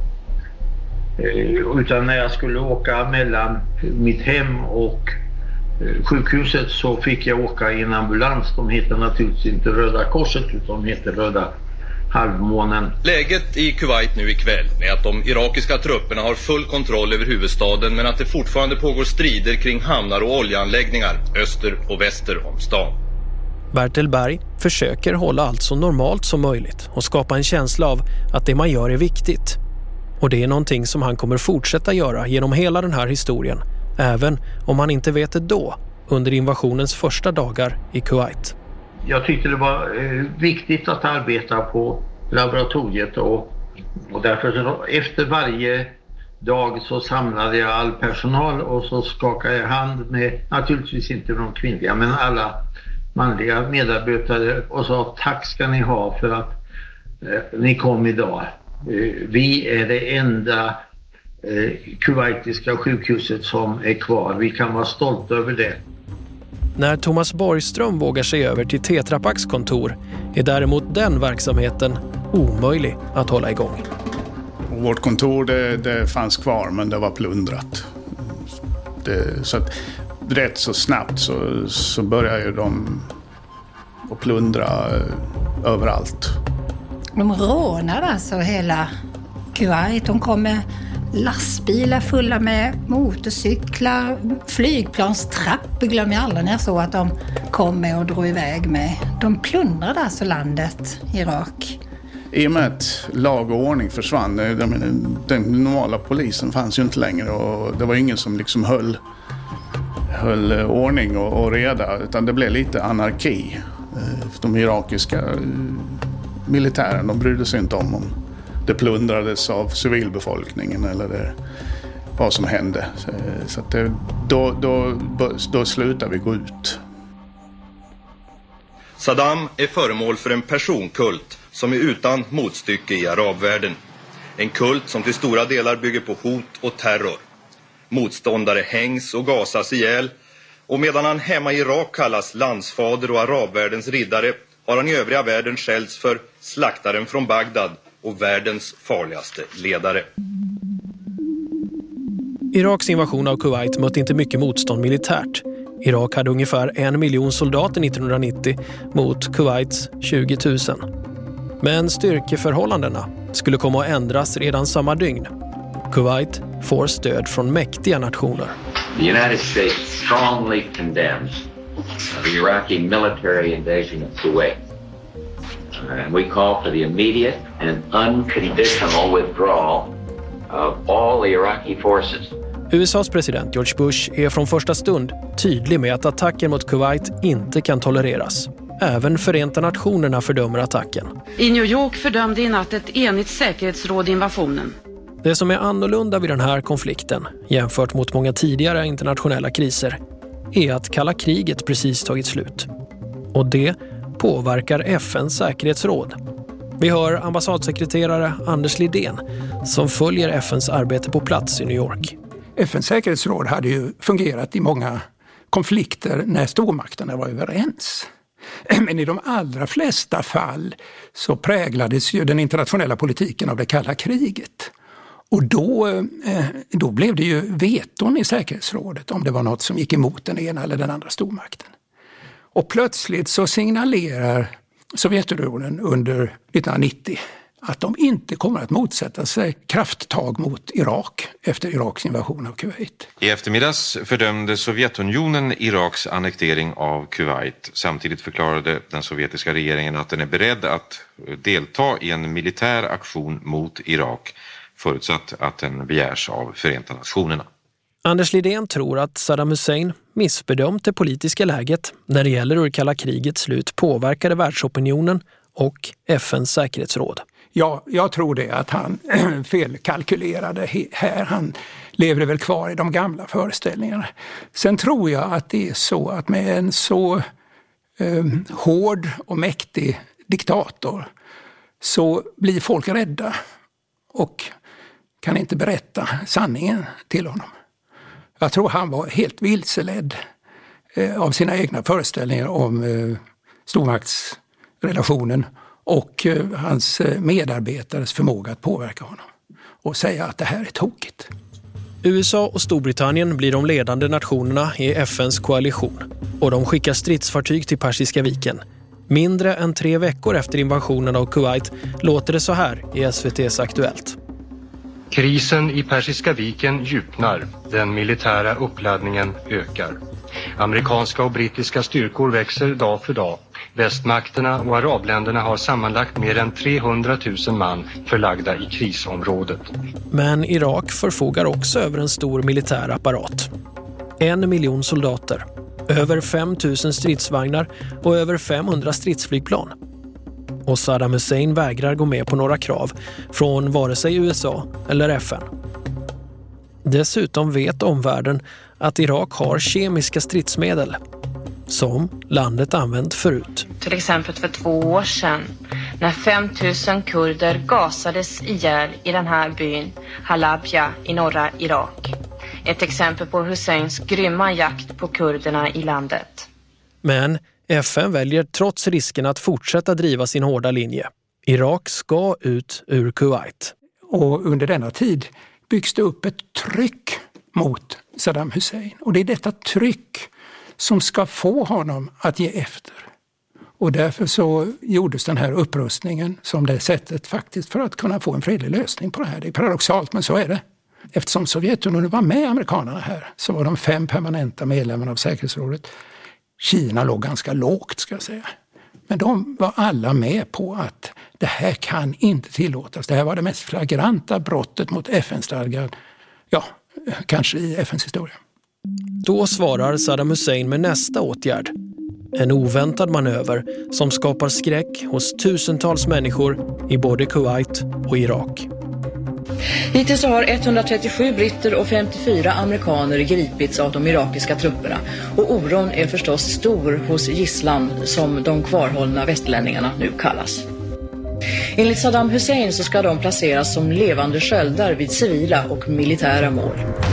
Utan när jag skulle åka mellan mitt hem och sjukhuset så fick jag åka i en ambulans. De heter naturligtvis inte Röda Korset, utan de heter Röda Halvmånen. Läget i Kuwait nu ikväll är att de irakiska trupperna har full kontroll över huvudstaden, men att det fortfarande pågår strider kring hamnar och oljeanläggningar öster och väster om stan. Bertel Berg försöker hålla allt så normalt som möjligt och skapa en känsla av att det man gör är viktigt. Och det är någonting som han kommer fortsätta göra genom hela den här historien, även om han inte vet det då, under invasionens första dagar i Kuwait. Jag tyckte det var viktigt att arbeta på laboratoriet och därför så, efter varje dag så samlade jag all personal och så skakade jag hand med, naturligtvis inte de kvinnliga, men alla manliga medarbetare och sa tack ska ni ha för att ni kom idag. Vi är det enda kuwaitiska sjukhuset som är kvar. Vi kan vara stolta över det. När Thomas Borgström vågar sig över till Tetra Paks kontor är däremot den verksamheten omöjlig att hålla igång. Vårt kontor det fanns kvar, men det var plundrat. Så att rätt så snabbt så började ju de att plundra överallt. De rånade alltså hela Kuwait. De kom med lastbilar fulla med motorcyklar, flygplanstrapp glömmer jag aldrig när jag såg att de kom med och drog iväg med. De plundrade alltså landet Irak. I och med att lag och ordning försvann, den normala polisen fanns ju inte längre och det var ingen som liksom höll ordning och reda, utan det blev lite anarki. De irakiska militären, de brydde sig inte om det plundrades av civilbefolkningen eller vad som hände. Så att då slutade vi gå ut. Saddam är föremål för en personkult som är utan motstycke i arabvärlden. En kult som till stora delar bygger på hot och terror. Motståndare hängs och gasas ihjäl, och medan han hemma i Irak kallas landsfader och arabvärldens riddare har han i övriga världen skällts för slaktaren från Bagdad och världens farligaste ledare. Iraks invasion av Kuwait mötte inte mycket motstånd militärt. Irak hade ungefär 1 miljon soldater 1990 mot Kuwaits 20 000. Men styrkeförhållandena skulle komma att ändras redan samma dygn. Kuwait får stöd från mäktiga nationer. The United States strongly condemns the Iraqi military invasion of Kuwait. And we call for the immediate and unconditional withdrawal of all the Iraqi forces. USAs president George Bush är från första stund tydlig med att attacken mot Kuwait inte kan tolereras. Även Förenta Nationerna fördömer attacken. I New York fördömde i natt ett enigt säkerhetsråd invasionen. Det som är annorlunda vid den här konflikten, jämfört mot många tidigare internationella kriser, är att kalla kriget precis tagit slut. Och det påverkar FNs säkerhetsråd. Vi hör ambassadsekreterare Anders Lidén som följer FNs arbete på plats i New York. FNs säkerhetsråd hade ju fungerat i många konflikter när stormakterna var överens. Men i de allra flesta fall så präglades ju den internationella politiken av det kalla kriget. Och då blev det ju veton i säkerhetsrådet om det var något som gick emot den ena eller den andra stormakten. Och plötsligt så signalerar Sovjetunionen under 1990 att de inte kommer att motsätta sig krafttag mot Irak efter Iraks invasion av Kuwait. I eftermiddags fördömde Sovjetunionen Iraks annektering av Kuwait. Samtidigt förklarade den sovjetiska regeringen att den är beredd att delta i en militär aktion mot Irak, förutsatt att den begärs av Förenta Nationerna. Anders Lidén tror att Saddam Hussein missbedömt det politiska läget när det gäller hur kalla krigets slut påverkade världsopinionen och FNs säkerhetsråd. Ja, jag tror det att han felkalkylerade här. Han lever väl kvar i de gamla föreställningarna. Sen tror jag att det är så att med en så hård och mäktig diktator så blir folk rädda och kan inte berätta sanningen till honom. Jag tror han var helt vilseledd av sina egna föreställningar om stormaktsrelationen och hans medarbetares förmåga att påverka honom och säga att det här är tokigt. USA och Storbritannien blir de ledande nationerna i FNs koalition och de skickar stridsfartyg till Persiska viken. Mindre än 3 veckor efter invasionen av Kuwait låter det så här i SVT:s Aktuellt. Krisen i Persiska viken djupnar. Den militära uppladdningen ökar. Amerikanska och brittiska styrkor växer dag för dag. Västmakterna och arabländerna har sammanlagt mer än 300 000 man förlagda i krisområdet. Men Irak förfogar också över en stor militär apparat. 1 miljon soldater, över 5 000 stridsvagnar och över 500 stridsflygplan. Och Saddam Hussein vägrar gå med på några krav från vare sig USA eller FN. Dessutom vet omvärlden att Irak har kemiska stridsmedel som landet använt förut. Till exempel för 2 år sedan när 5 000 kurder gasades ihjäl i den här byn Halabja i norra Irak. Ett exempel på Husseins grymma jakt på kurderna i landet. Men FN väljer trots risken att fortsätta driva sin hårda linje. Irak ska ut ur Kuwait. Och under denna tid byggs det upp ett tryck mot Saddam Hussein. Och det är detta tryck som ska få honom att ge efter. Och därför så gjordes den här upprustningen som det sättet faktiskt för att kunna få en fredlig lösning på det här. Det är paradoxalt, men så är det. Eftersom Sovjetunionen var med amerikanerna här så var de 5 permanenta medlemmarna av säkerhetsrådet. Kina låg ganska lågt, ska jag säga. Men de var alla med på att det här kan inte tillåtas. Det här var det mest flagranta brottet mot FN-stadgan, ja, kanske i FNs historia. Då svarar Saddam Hussein med nästa åtgärd. En oväntad manöver som skapar skräck hos tusentals människor i både Kuwait och Irak. Hittills har 137 britter och 54 amerikaner gripits av de irakiska trupperna. Och oron är förstås stor hos gisslan som de kvarhållna västlänningarna nu kallas. Enligt Saddam Hussein så ska de placeras som levande sköldar vid civila och militära mål.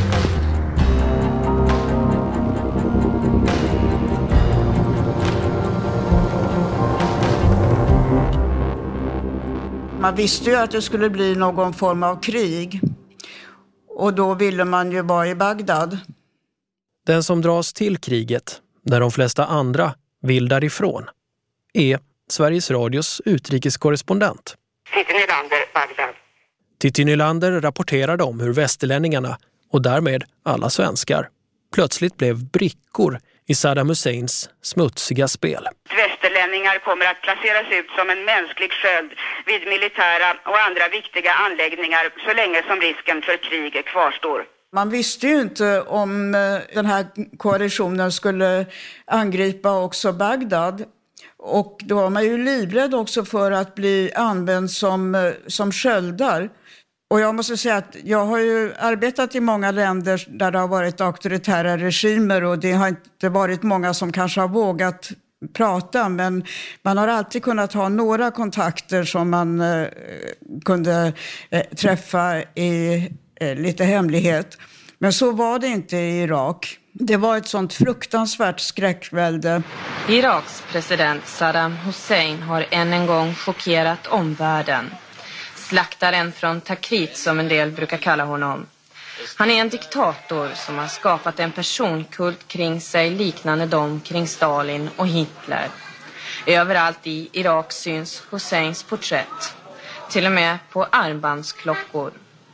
Man visste ju att det skulle bli någon form av krig. Och då ville man ju vara i Bagdad. Den som dras till kriget, där de flesta andra vill därifrån, är Sveriges Radios utrikeskorrespondent. Sitter Nylander, Bagdad. Titti Nylander rapporterade om hur västerlänningarna, och därmed alla svenskar, plötsligt blev brickor i Saddam Husseins smutsiga spel. Västerlänningar kommer att placeras ut som en mänsklig sköld vid militära och andra viktiga anläggningar så länge som risken för krig kvarstår. Man visste ju inte om den här koalitionen skulle angripa också Bagdad. Och då var man ju livrädd också för att bli använd som sköldar. Och jag måste säga att jag har ju arbetat i många länder där det har varit auktoritära regimer och det har inte varit många som kanske har vågat prata, men man har alltid kunnat ha några kontakter som man kunde träffa i lite hemlighet. Men så var det inte i Irak. Det var ett sånt fruktansvärt skräckvälde. Iraks president Saddam Hussein har än en gång chockerat omvärlden. Slaktaren från Takrit som en del brukar kalla honom. Han är en diktator som har skapat en personkult kring sig liknande dem kring Stalin och Hitler. Överallt i Irak syns Husseins porträtt. Till och med på armbandsklockor.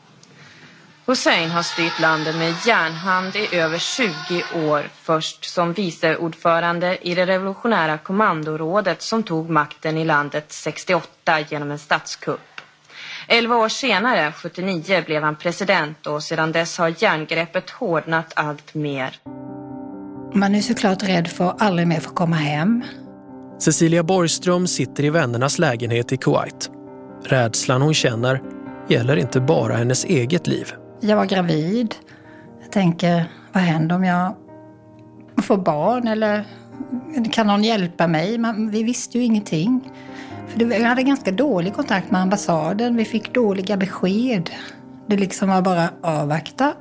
Hussein har styrt landet med järnhand i över 20 år. Först som viceordförande i det revolutionära kommandorådet som tog makten i landet 68 genom en statskupp. 11 år senare, 79, blev han president och sedan dess har järngreppet hårdnat allt mer. Man är såklart rädd för att aldrig mer få komma hem. Cecilia Borgström sitter i vännernas lägenhet i Kuwait. Rädslan hon känner gäller inte bara hennes eget liv. Jag var gravid. Jag tänker, vad händer om jag får barn? Eller kan någon hjälpa mig? Vi visste ju ingenting. För vi hade ganska dålig kontakt med ambassaden. Vi fick dåliga besked. Det liksom var bara avvakta.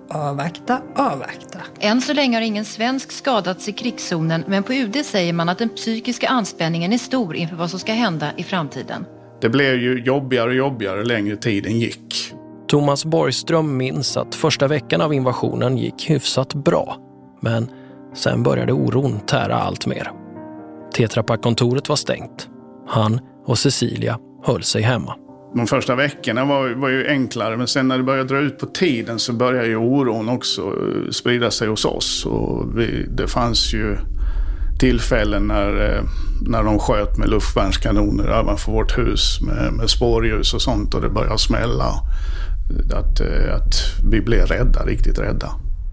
Än så länge har ingen svensk skadats i krigszonen, men på UD säger man att den psykiska anspänningen är stor inför vad som ska hända i framtiden. Det blev ju jobbigare och jobbigare längre tiden gick. Thomas Borgström minns att första veckan av invasionen gick hyfsat bra. Men sen började oron tära allt mer. Tetra Pak-kontoret var stängt. Han och Cecilia höll sig hemma. De första veckorna var ju enklare, men sen när det började dra ut på tiden så började ju oron också sprida sig hos oss. Och det fanns ju tillfällen när de sköt med luftvärnskanoner ovanför vårt hus med spårljus och sånt, och det började smälla. Att vi blev rädda, riktigt rädda.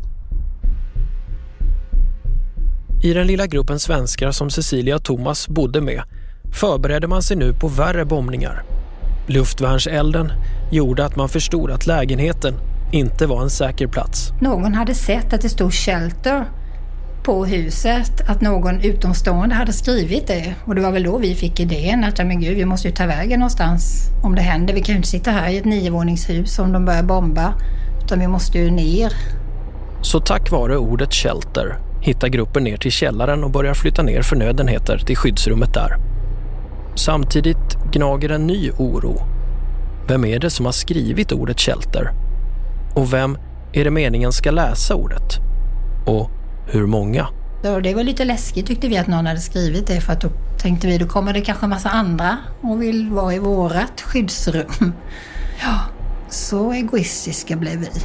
I den lilla gruppen svenskar som Cecilia och Thomas bodde med förberedde man sig nu på värre bombningar. Luftvärnselden gjorde att man förstod att lägenheten inte var en säker plats. Någon hade sett att det stod shelter på huset, att någon utomstående hade skrivit det. Och det var väl då vi fick idén att men gud, vi måste ju ta vägen någonstans om det händer. Vi kan ju inte sitta här i ett 9-våningshus om de börjar bomba, utan vi måste ju ner. Så tack vare ordet shelter hittar gruppen ner till källaren och börjar flytta ner förnödenheter till skyddsrummet där. Samtidigt gnager en ny oro. Vem är det som har skrivit ordet shelter? Och vem är det meningen ska läsa ordet? Och hur många? Det var lite läskigt tyckte vi att någon hade skrivit det, för att då tänkte vi då kommer det kanske en massa andra och vill vara i vårat skyddsrum. Ja, så egoistiska blev vi.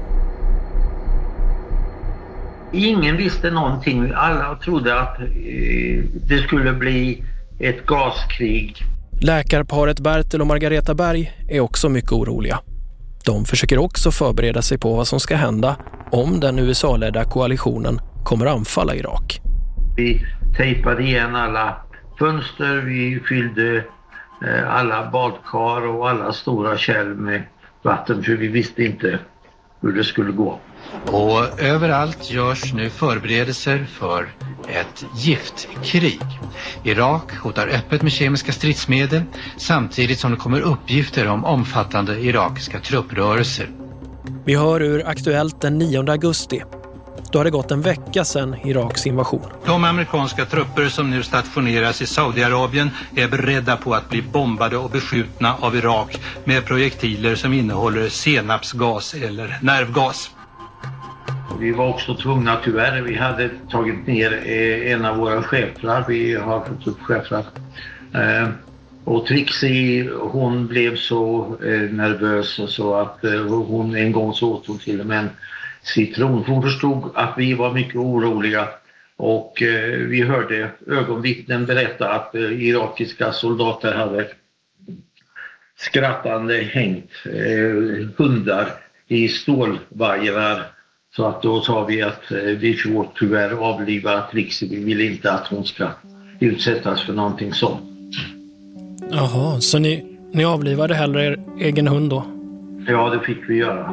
Ingen visste någonting. Alla trodde att det skulle bli ett gaskrig. Läkarparet Bertil och Margareta Berg är också mycket oroliga. De försöker också förbereda sig på vad som ska hända om den USA-ledda koalitionen kommer anfalla Irak. Vi tejpade igen alla fönster, vi fyllde alla badkar och alla stora kärl med vatten, för vi visste inte hur det skulle gå. Och överallt görs nu förberedelser för ett giftkrig. Irak hotar öppet med kemiska stridsmedel samtidigt som det kommer uppgifter om omfattande irakiska trupprörelser. Vi hör ur Aktuellt den 9 augusti. Då har det gått en vecka sedan Iraks invasion. De amerikanska trupper som nu stationeras i Saudiarabien är beredda på att bli bombade och beskjutna av Irak med projektiler som innehåller senapsgas eller nervgas. Vi var också tvungna, tyvärr, vi hade tagit ner en av våra schäfrar, vi har fått upp schäfrar. Och Trixie, hon blev så nervös så att hon en gång så åt hon till och med en citron. Hon förstod att vi var mycket oroliga och vi hörde ögonvittnen berätta att irakiska soldater hade skrattande hängt hundar i stålvajrar. Så att då sa vi att vi får tyvärr avliva Trixie. Vi vill inte att hon ska utsättas för någonting sånt. Jaha, så ni avlivade hellre er egen hund då? Ja, det fick vi göra.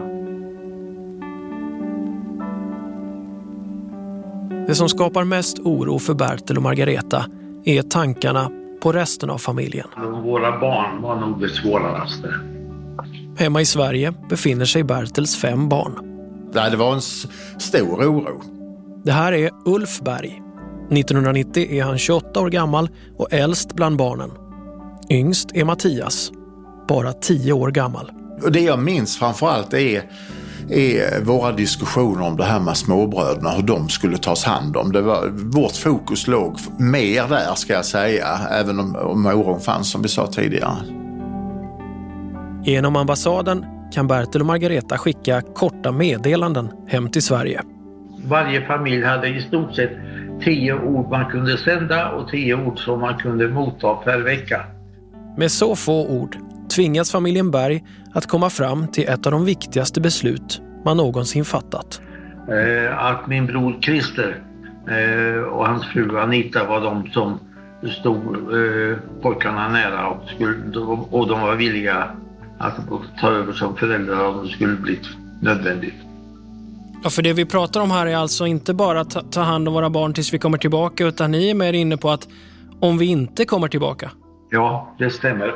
Det som skapar mest oro för Bertel och Margareta är tankarna på resten av familjen. Våra barn var nog det svåraste. Hemma i Sverige befinner sig Bertels 5 barn. Det var en stor oro. Det här är Ulf Berg. 1990 är han 28 år gammal och äldst bland barnen. Yngst är Mattias, bara 10 år gammal. Och det jag minns framförallt är våra diskussioner om det här med småbröderna, hur de skulle tas hand om. Vårt fokus låg mer där, ska jag säga, även om oron fanns som vi sa tidigare. Genom ambassaden kan Bertel och Margareta skicka korta meddelanden hem till Sverige. Varje familj hade i stort sett 10 ord man kunde sända och 10 ord som man kunde motta per vecka. Med så få ord tvingas familjen Berg att komma fram till ett av de viktigaste beslut man någonsin fattat. Att min bror Christer och hans fru Anita var de som stod pojkarna nära och de var villiga att ta över som föräldrar om det skulle bli nödvändigt. Ja, för det vi pratar om här är alltså inte bara att ta hand om våra barn tills vi kommer tillbaka, utan ni är mer inne på att om vi inte kommer tillbaka. Ja, det stämmer.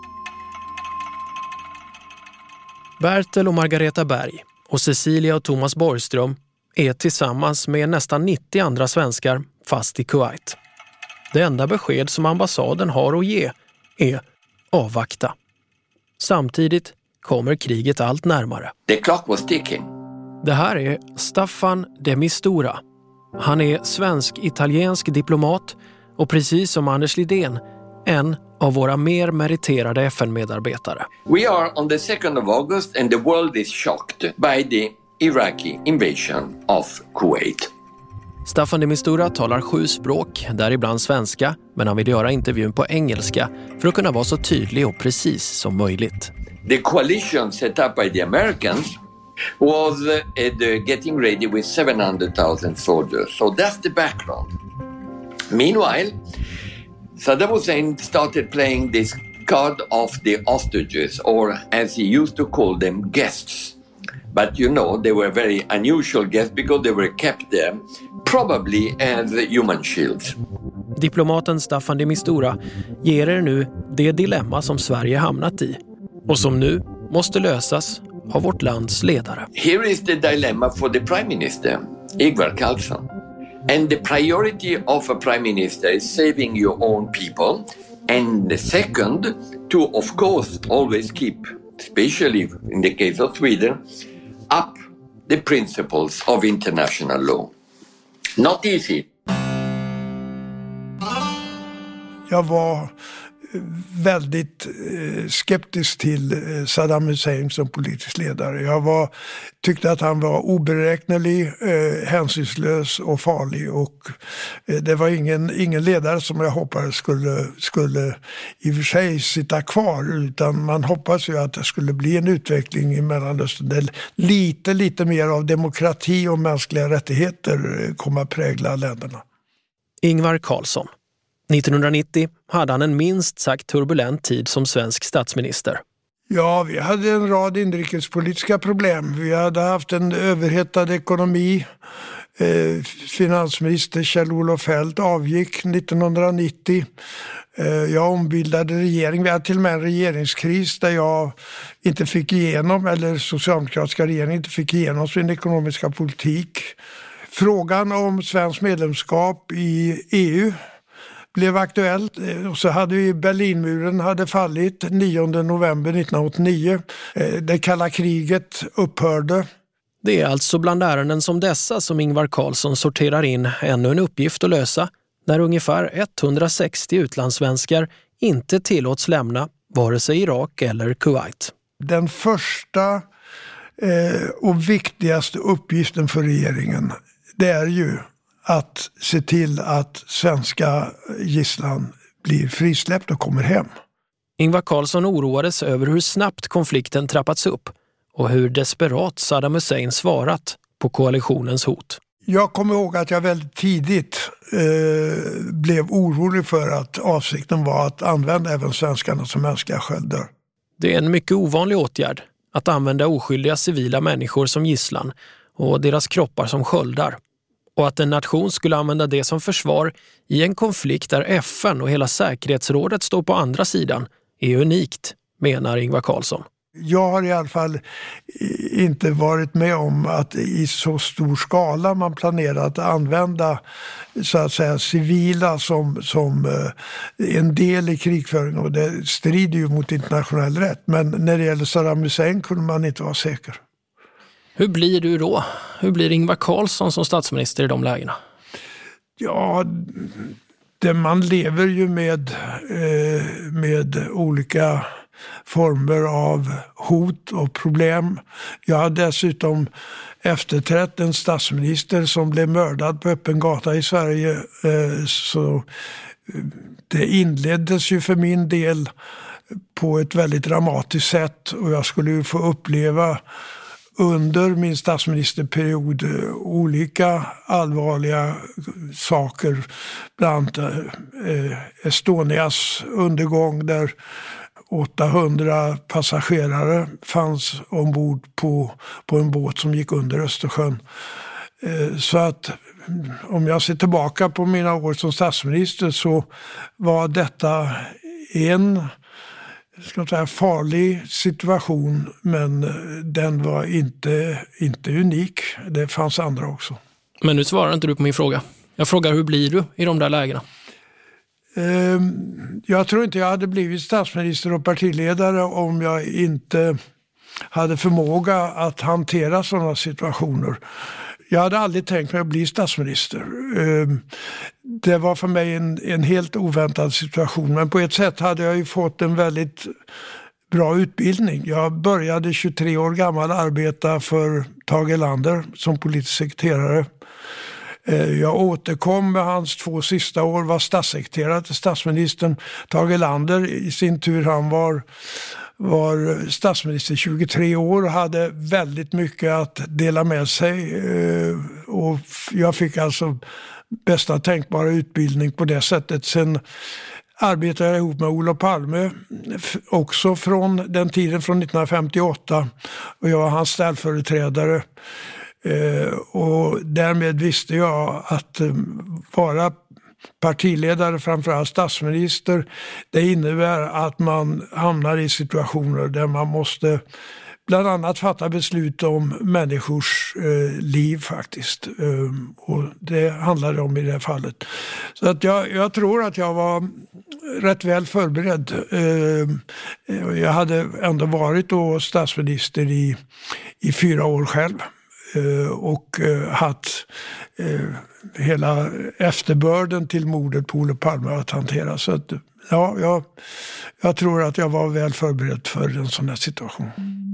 Bertel och Margareta Berg och Cecilia och Thomas Borgström är tillsammans med nästan 90 andra svenskar fast i Kuwait. Det enda besked som ambassaden har att ge är avvakta. Samtidigt kommer kriget allt närmare. The clock was ticking. Det här är Staffan de Mistura. Han är svensk-italiensk diplomat och precis som Anders Lidén en av våra mer meriterade FN-medarbetare. We are on the 2nd of August and the world is shocked by the Iraqi invasion of Kuwait. Staffan de Mistura talar 7 språk, däribland svenska, men han vill göra intervjun på engelska för att kunna vara så tydlig och precis som möjligt. The coalition set up by the Americans was getting ready with 700,000 soldiers. So that's the background. Meanwhile, Saddam Hussein started playing this card of the hostages, or as he used to call them, guests. But you know, they were very unusual guests because they were kept there, probably as human shields. Diplomaten Staffan de Mistura ger er nu det dilemma som Sverige hamnat i och som nu måste lösas av vårt lands ledare. Here is the dilemma for the Prime Minister, Ingvar Carlsson. And the priority of a Prime Minister is saving your own people. And the second, to of course always keep, especially in the case of Sweden, up the principles of international law. Not easy. Jag var väldigt skeptisk till Saddam Hussein som politisk ledare. Jag tyckte att han var oberäknelig, hänsynslös och farlig, och det var ingen ledare som jag hoppades skulle i och för sig sitta kvar, utan man hoppas ju att det skulle bli en utveckling i Mellanöstern där lite mer av demokrati och mänskliga rättigheter kommer att prägla länderna. Ingvar Carlsson. 1990 hade han en minst sagt turbulent tid som svensk statsminister. Ja, vi hade en rad inrikespolitiska problem. Vi hade haft en överhettad ekonomi. Finansminister Kjell-Olof Feldt avgick 1990. Jag ombildade regering. Vi hade till och med en regeringskris där jag inte fick igenom, eller socialdemokratiska regeringen inte fick igenom sin ekonomiska politik. Frågan om svensk medlemskap i EU blev aktuellt, och så hade vi Berlinmuren hade fallit 9 november 1989. Det kalla kriget upphörde. Det är alltså bland ärenden som dessa som Ingvar Carlsson sorterar in ännu en uppgift att lösa när ungefär 160 utlandssvenskar inte tillåts lämna vare sig Irak eller Kuwait. Den första och viktigaste uppgiften för regeringen, det är ju att se till att svenska gisslan blir frisläppt och kommer hem. Ingvar Carlsson oroades över hur snabbt konflikten trappats upp och hur desperat Saddam Hussein svarat på koalitionens hot. Jag kommer ihåg att jag väldigt tidigt blev orolig för att avsikten var att använda även svenskarna som mänskliga sköldar. Det är en mycket ovanlig åtgärd att använda oskyldiga civila människor som gisslan och deras kroppar som sköldar. Och att en nation skulle använda det som försvar i en konflikt där FN och hela säkerhetsrådet står på andra sidan är unikt, menar Ingvar Carlsson. Jag har i alla fall inte varit med om att i så stor skala man planerar att använda så att säga civila som en del i krigföringen, och det strider ju mot internationell rätt. Men när det gäller Saddam Hussein kunde man inte vara säker. Hur blir du då? Hur blir Ingvar Carlsson som statsminister i de lägena? Ja, man lever ju med olika former av hot och problem. Jag har dessutom efterträtt en statsminister som blev mördad på öppen gata i Sverige. Så det inleddes ju för min del på ett väldigt dramatiskt sätt, och jag skulle ju få uppleva under min statsministerperiod olika allvarliga saker, bland Estonias undergång där 800 passagerare fanns ombord på en båt som gick under Östersjön. Så att om jag ser tillbaka på mina år som statsminister så var detta en farlig situation, men den var inte unik. Det fanns andra också. Men nu svarar inte du på min fråga. Jag frågar, hur blir du i de där lägena? Jag tror inte jag hade blivit statsminister och partiledare om jag inte hade förmåga att hantera sådana situationer. Jag hade aldrig tänkt mig att bli statsminister. Det var för mig en helt oväntad situation. Men på ett sätt hade jag ju fått en väldigt bra utbildning. Jag började 23 år gammal arbeta för Tage Erlander som politisk sekreterare. Jag återkom med hans 2 sista år, var statssekreterare till statsministern. Tage Erlander i sin tur, han var statsminister 23 år och hade väldigt mycket att dela med sig. Och jag fick alltså bästa tänkbara utbildning på det sättet. Sen arbetade jag ihop med Olof Palme, också från den tiden, från 1958. Och jag var hans ställföreträdare. Och därmed visste jag att vara partiledare, framförallt statsminister, det innebär att man hamnar i situationer där man måste bland annat fatta beslut om människors liv faktiskt. Och det handlar det om i det här fallet. Så att jag tror att jag var rätt väl förberedd. Jag hade ändå varit då statsminister i 4 år själv. Och haft hela efterbörden till mordet på Olof Palme att hantera. Så att, ja, jag tror att jag var väl förberedd för en sån här situation.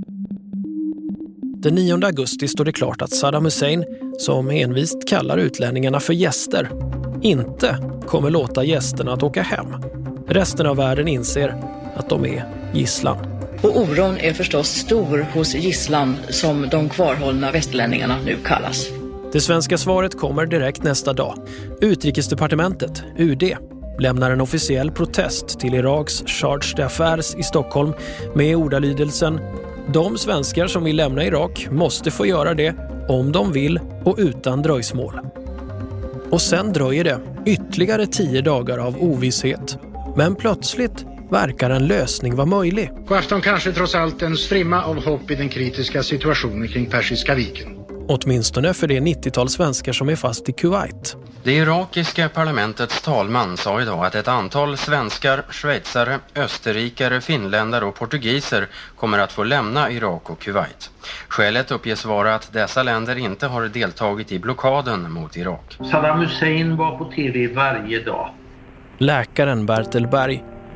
Den 9 augusti står det klart att Saddam Hussein, som envist kallar utlänningarna för gäster, inte kommer låta gästerna att åka hem. Resten av världen inser att de är gisslan. Och oron är förstås stor hos gisslan, som de kvarhållna västlänningarna nu kallas. Det svenska svaret kommer direkt nästa dag. Utrikesdepartementet, UD, lämnar en officiell protest till Iraks Charge d'Affaires i Stockholm med ordalydelsen: de svenskar som vill lämna Irak måste få göra det om de vill och utan dröjsmål. Och sen dröjer det ytterligare 10 dagar av ovisshet. Men plötsligt verkar en lösning vara möjlig. God afton, kanske trots allt en strimma av hopp i den kritiska situationen kring Persiska viken. Åtminstone för det 90-tal svenskar som är fast i Kuwait. Det irakiska parlamentets talman sa idag att ett antal svenskar, schweizare, österrikare, finländare och portugiser kommer att få lämna Irak och Kuwait. Skälet uppges vara att dessa länder inte har deltagit i blockaden mot Irak. Saddam Hussein var på tv varje dag. Läkaren Bertil Berg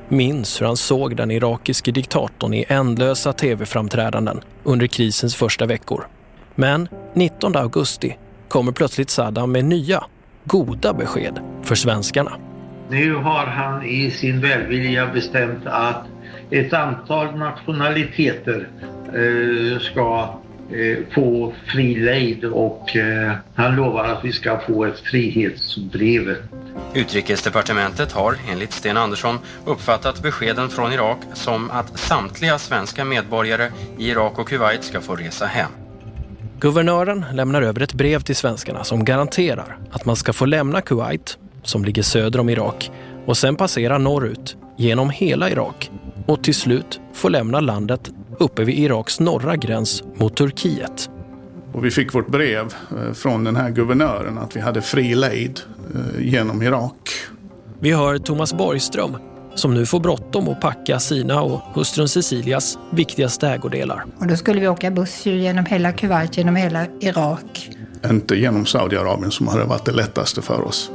minns hur han såg den irakiske diktatorn i ändlösa tv-framträdanden under krisens första veckor. Men 19 augusti kommer plötsligt Saddam med nya, goda besked för svenskarna. Nu har han i sin välvilja bestämt att ett antal nationaliteter ska få fri lejd och han lovar att vi ska få ett frihetsbrev. Utrikesdepartementet har enligt Sten Andersson uppfattat beskeden från Irak som att samtliga svenska medborgare i Irak och Kuwait ska få resa hem. Guvernören lämnar över ett brev till svenskarna som garanterar att man ska få lämna Kuwait, som ligger söder om Irak, och sen passera norrut genom hela Irak och till slut få lämna landet uppe vid Iraks norra gräns mot Turkiet. Och vi fick vårt brev från den här guvernören att vi hade fri lejd genom Irak. Vi hör Thomas Borgström som nu får bråttom att packa sina och hustrun Cecilias viktigaste ägodelar. Och då skulle vi åka buss genom hela Kuwait, genom hela Irak. Inte genom Saudiarabien som hade varit det lättaste för oss.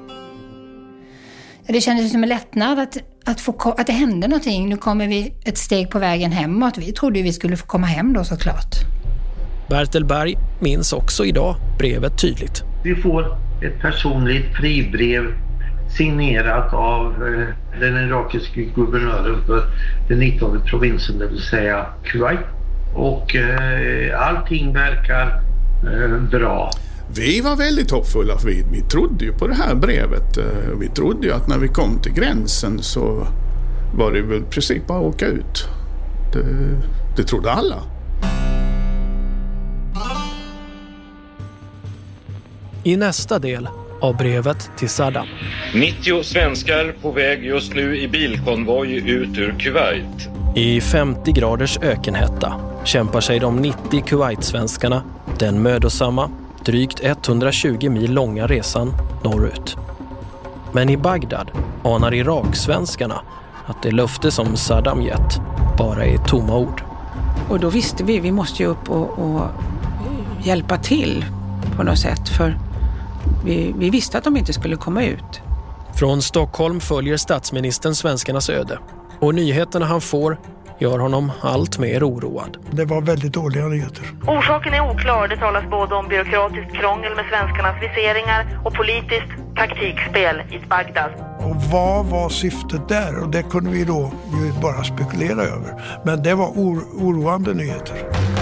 Det kändes som en lättnad att det hände någonting. Nu kommer vi ett steg på vägen hemåt. Vi trodde vi skulle få komma hem då såklart. Bertil Berg minns också idag brevet tydligt. Vi får ett personligt fribrev signerat av den irakiske guvernören för den 19:e provinsen, det vill säga Kuwait. Och allting verkar bra. Vi var väldigt hoppfulla för vi trodde ju på det här brevet. Vi trodde ju att när vi kom till gränsen så var det väl precis bara att åka ut. Det trodde alla. I nästa del av brevet till Saddam. 90 svenskar på väg just nu i bilkonvoj ut ur Kuwait. I 50 graders ökenhetta kämpar sig de 90 Kuwait-svenskarna den mödosamma, drygt 120 mil långa resan norrut. Men i Bagdad anar Irak-svenskarna att det löfte som Saddam gett bara är tomma ord. Och då visste vi måste ju upp och hjälpa till på något sätt, för vi visste att de inte skulle komma ut. Från Stockholm följer statsministern svenskarnas öde och nyheterna han får gör honom allt mer oroad. Det var väldigt dåliga nyheter. Orsaken är oklar. Det talas både om byråkratiskt krångel med svenskarnas viseringar och politiskt taktikspel i Bagdad. Och vad var syftet där? Och det kunde vi då ju bara spekulera över. Men det var oroande nyheter.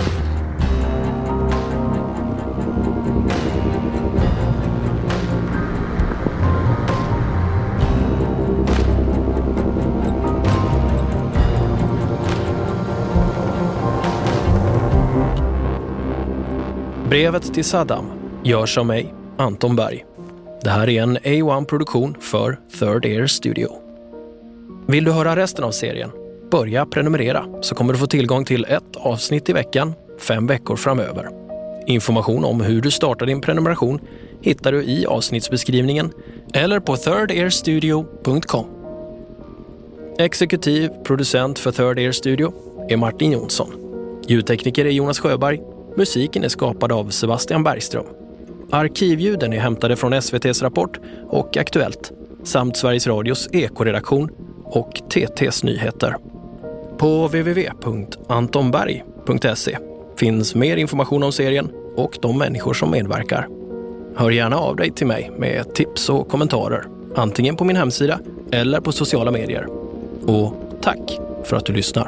Brevet till Saddam görs av mig, Anton Berg. Det här är en A1-produktion för Third Ear Studio. Vill du höra resten av serien? Börja prenumerera så kommer du få tillgång till ett avsnitt i veckan 5 veckor framöver. Information om hur du startar din prenumeration hittar du i avsnittsbeskrivningen eller på thirdearstudio.com. Exekutiv producent för Third Ear Studio är Martin Jonsson. Ljudtekniker är Jonas Sjöberg. Musiken är skapad av Sebastian Bergström. Arkivljuden är hämtade från SVT:s Rapport och Aktuellt samt Sveriges Radios ekoredaktion och TT:s nyheter. På www.antonberg.se finns mer information om serien och de människor som medverkar. Hör gärna av dig till mig med tips och kommentarer, antingen på min hemsida eller på sociala medier. Och tack för att du lyssnar.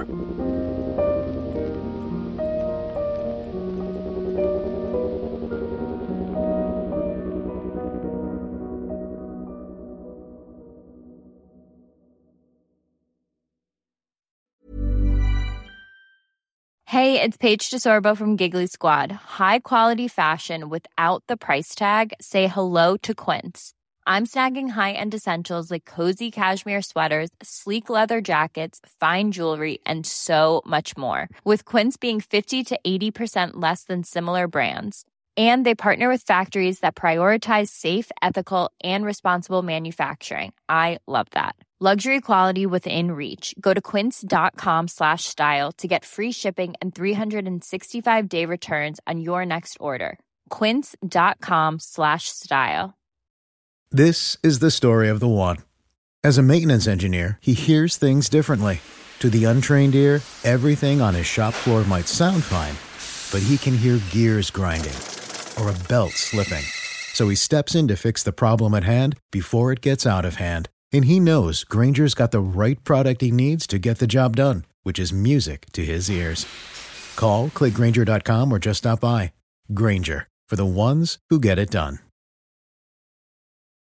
Hey, it's Paige DeSorbo from Giggly Squad. High quality fashion without the price tag. Say hello to Quince. I'm snagging high-end essentials like cozy cashmere sweaters, sleek leather jackets, fine jewelry, and so much more. With Quince being 50 to 80% less than similar brands. And they partner with factories that prioritize safe, ethical, and responsible manufacturing. I love that. Luxury quality within reach. Go to quince.com/style to get free shipping and 365-day returns on your next order. Quince.com/style. This is the story of the one. As a maintenance engineer, he hears things differently. To the untrained ear, everything on his shop floor might sound fine, but he can hear gears grinding or a belt slipping. So he steps in to fix the problem at hand before it gets out of hand. And he knows Grainger's got the right product he needs to get the job done, which is music to his ears. Call, click Grainger.com, or just stop by. Grainger, for the ones who get it done.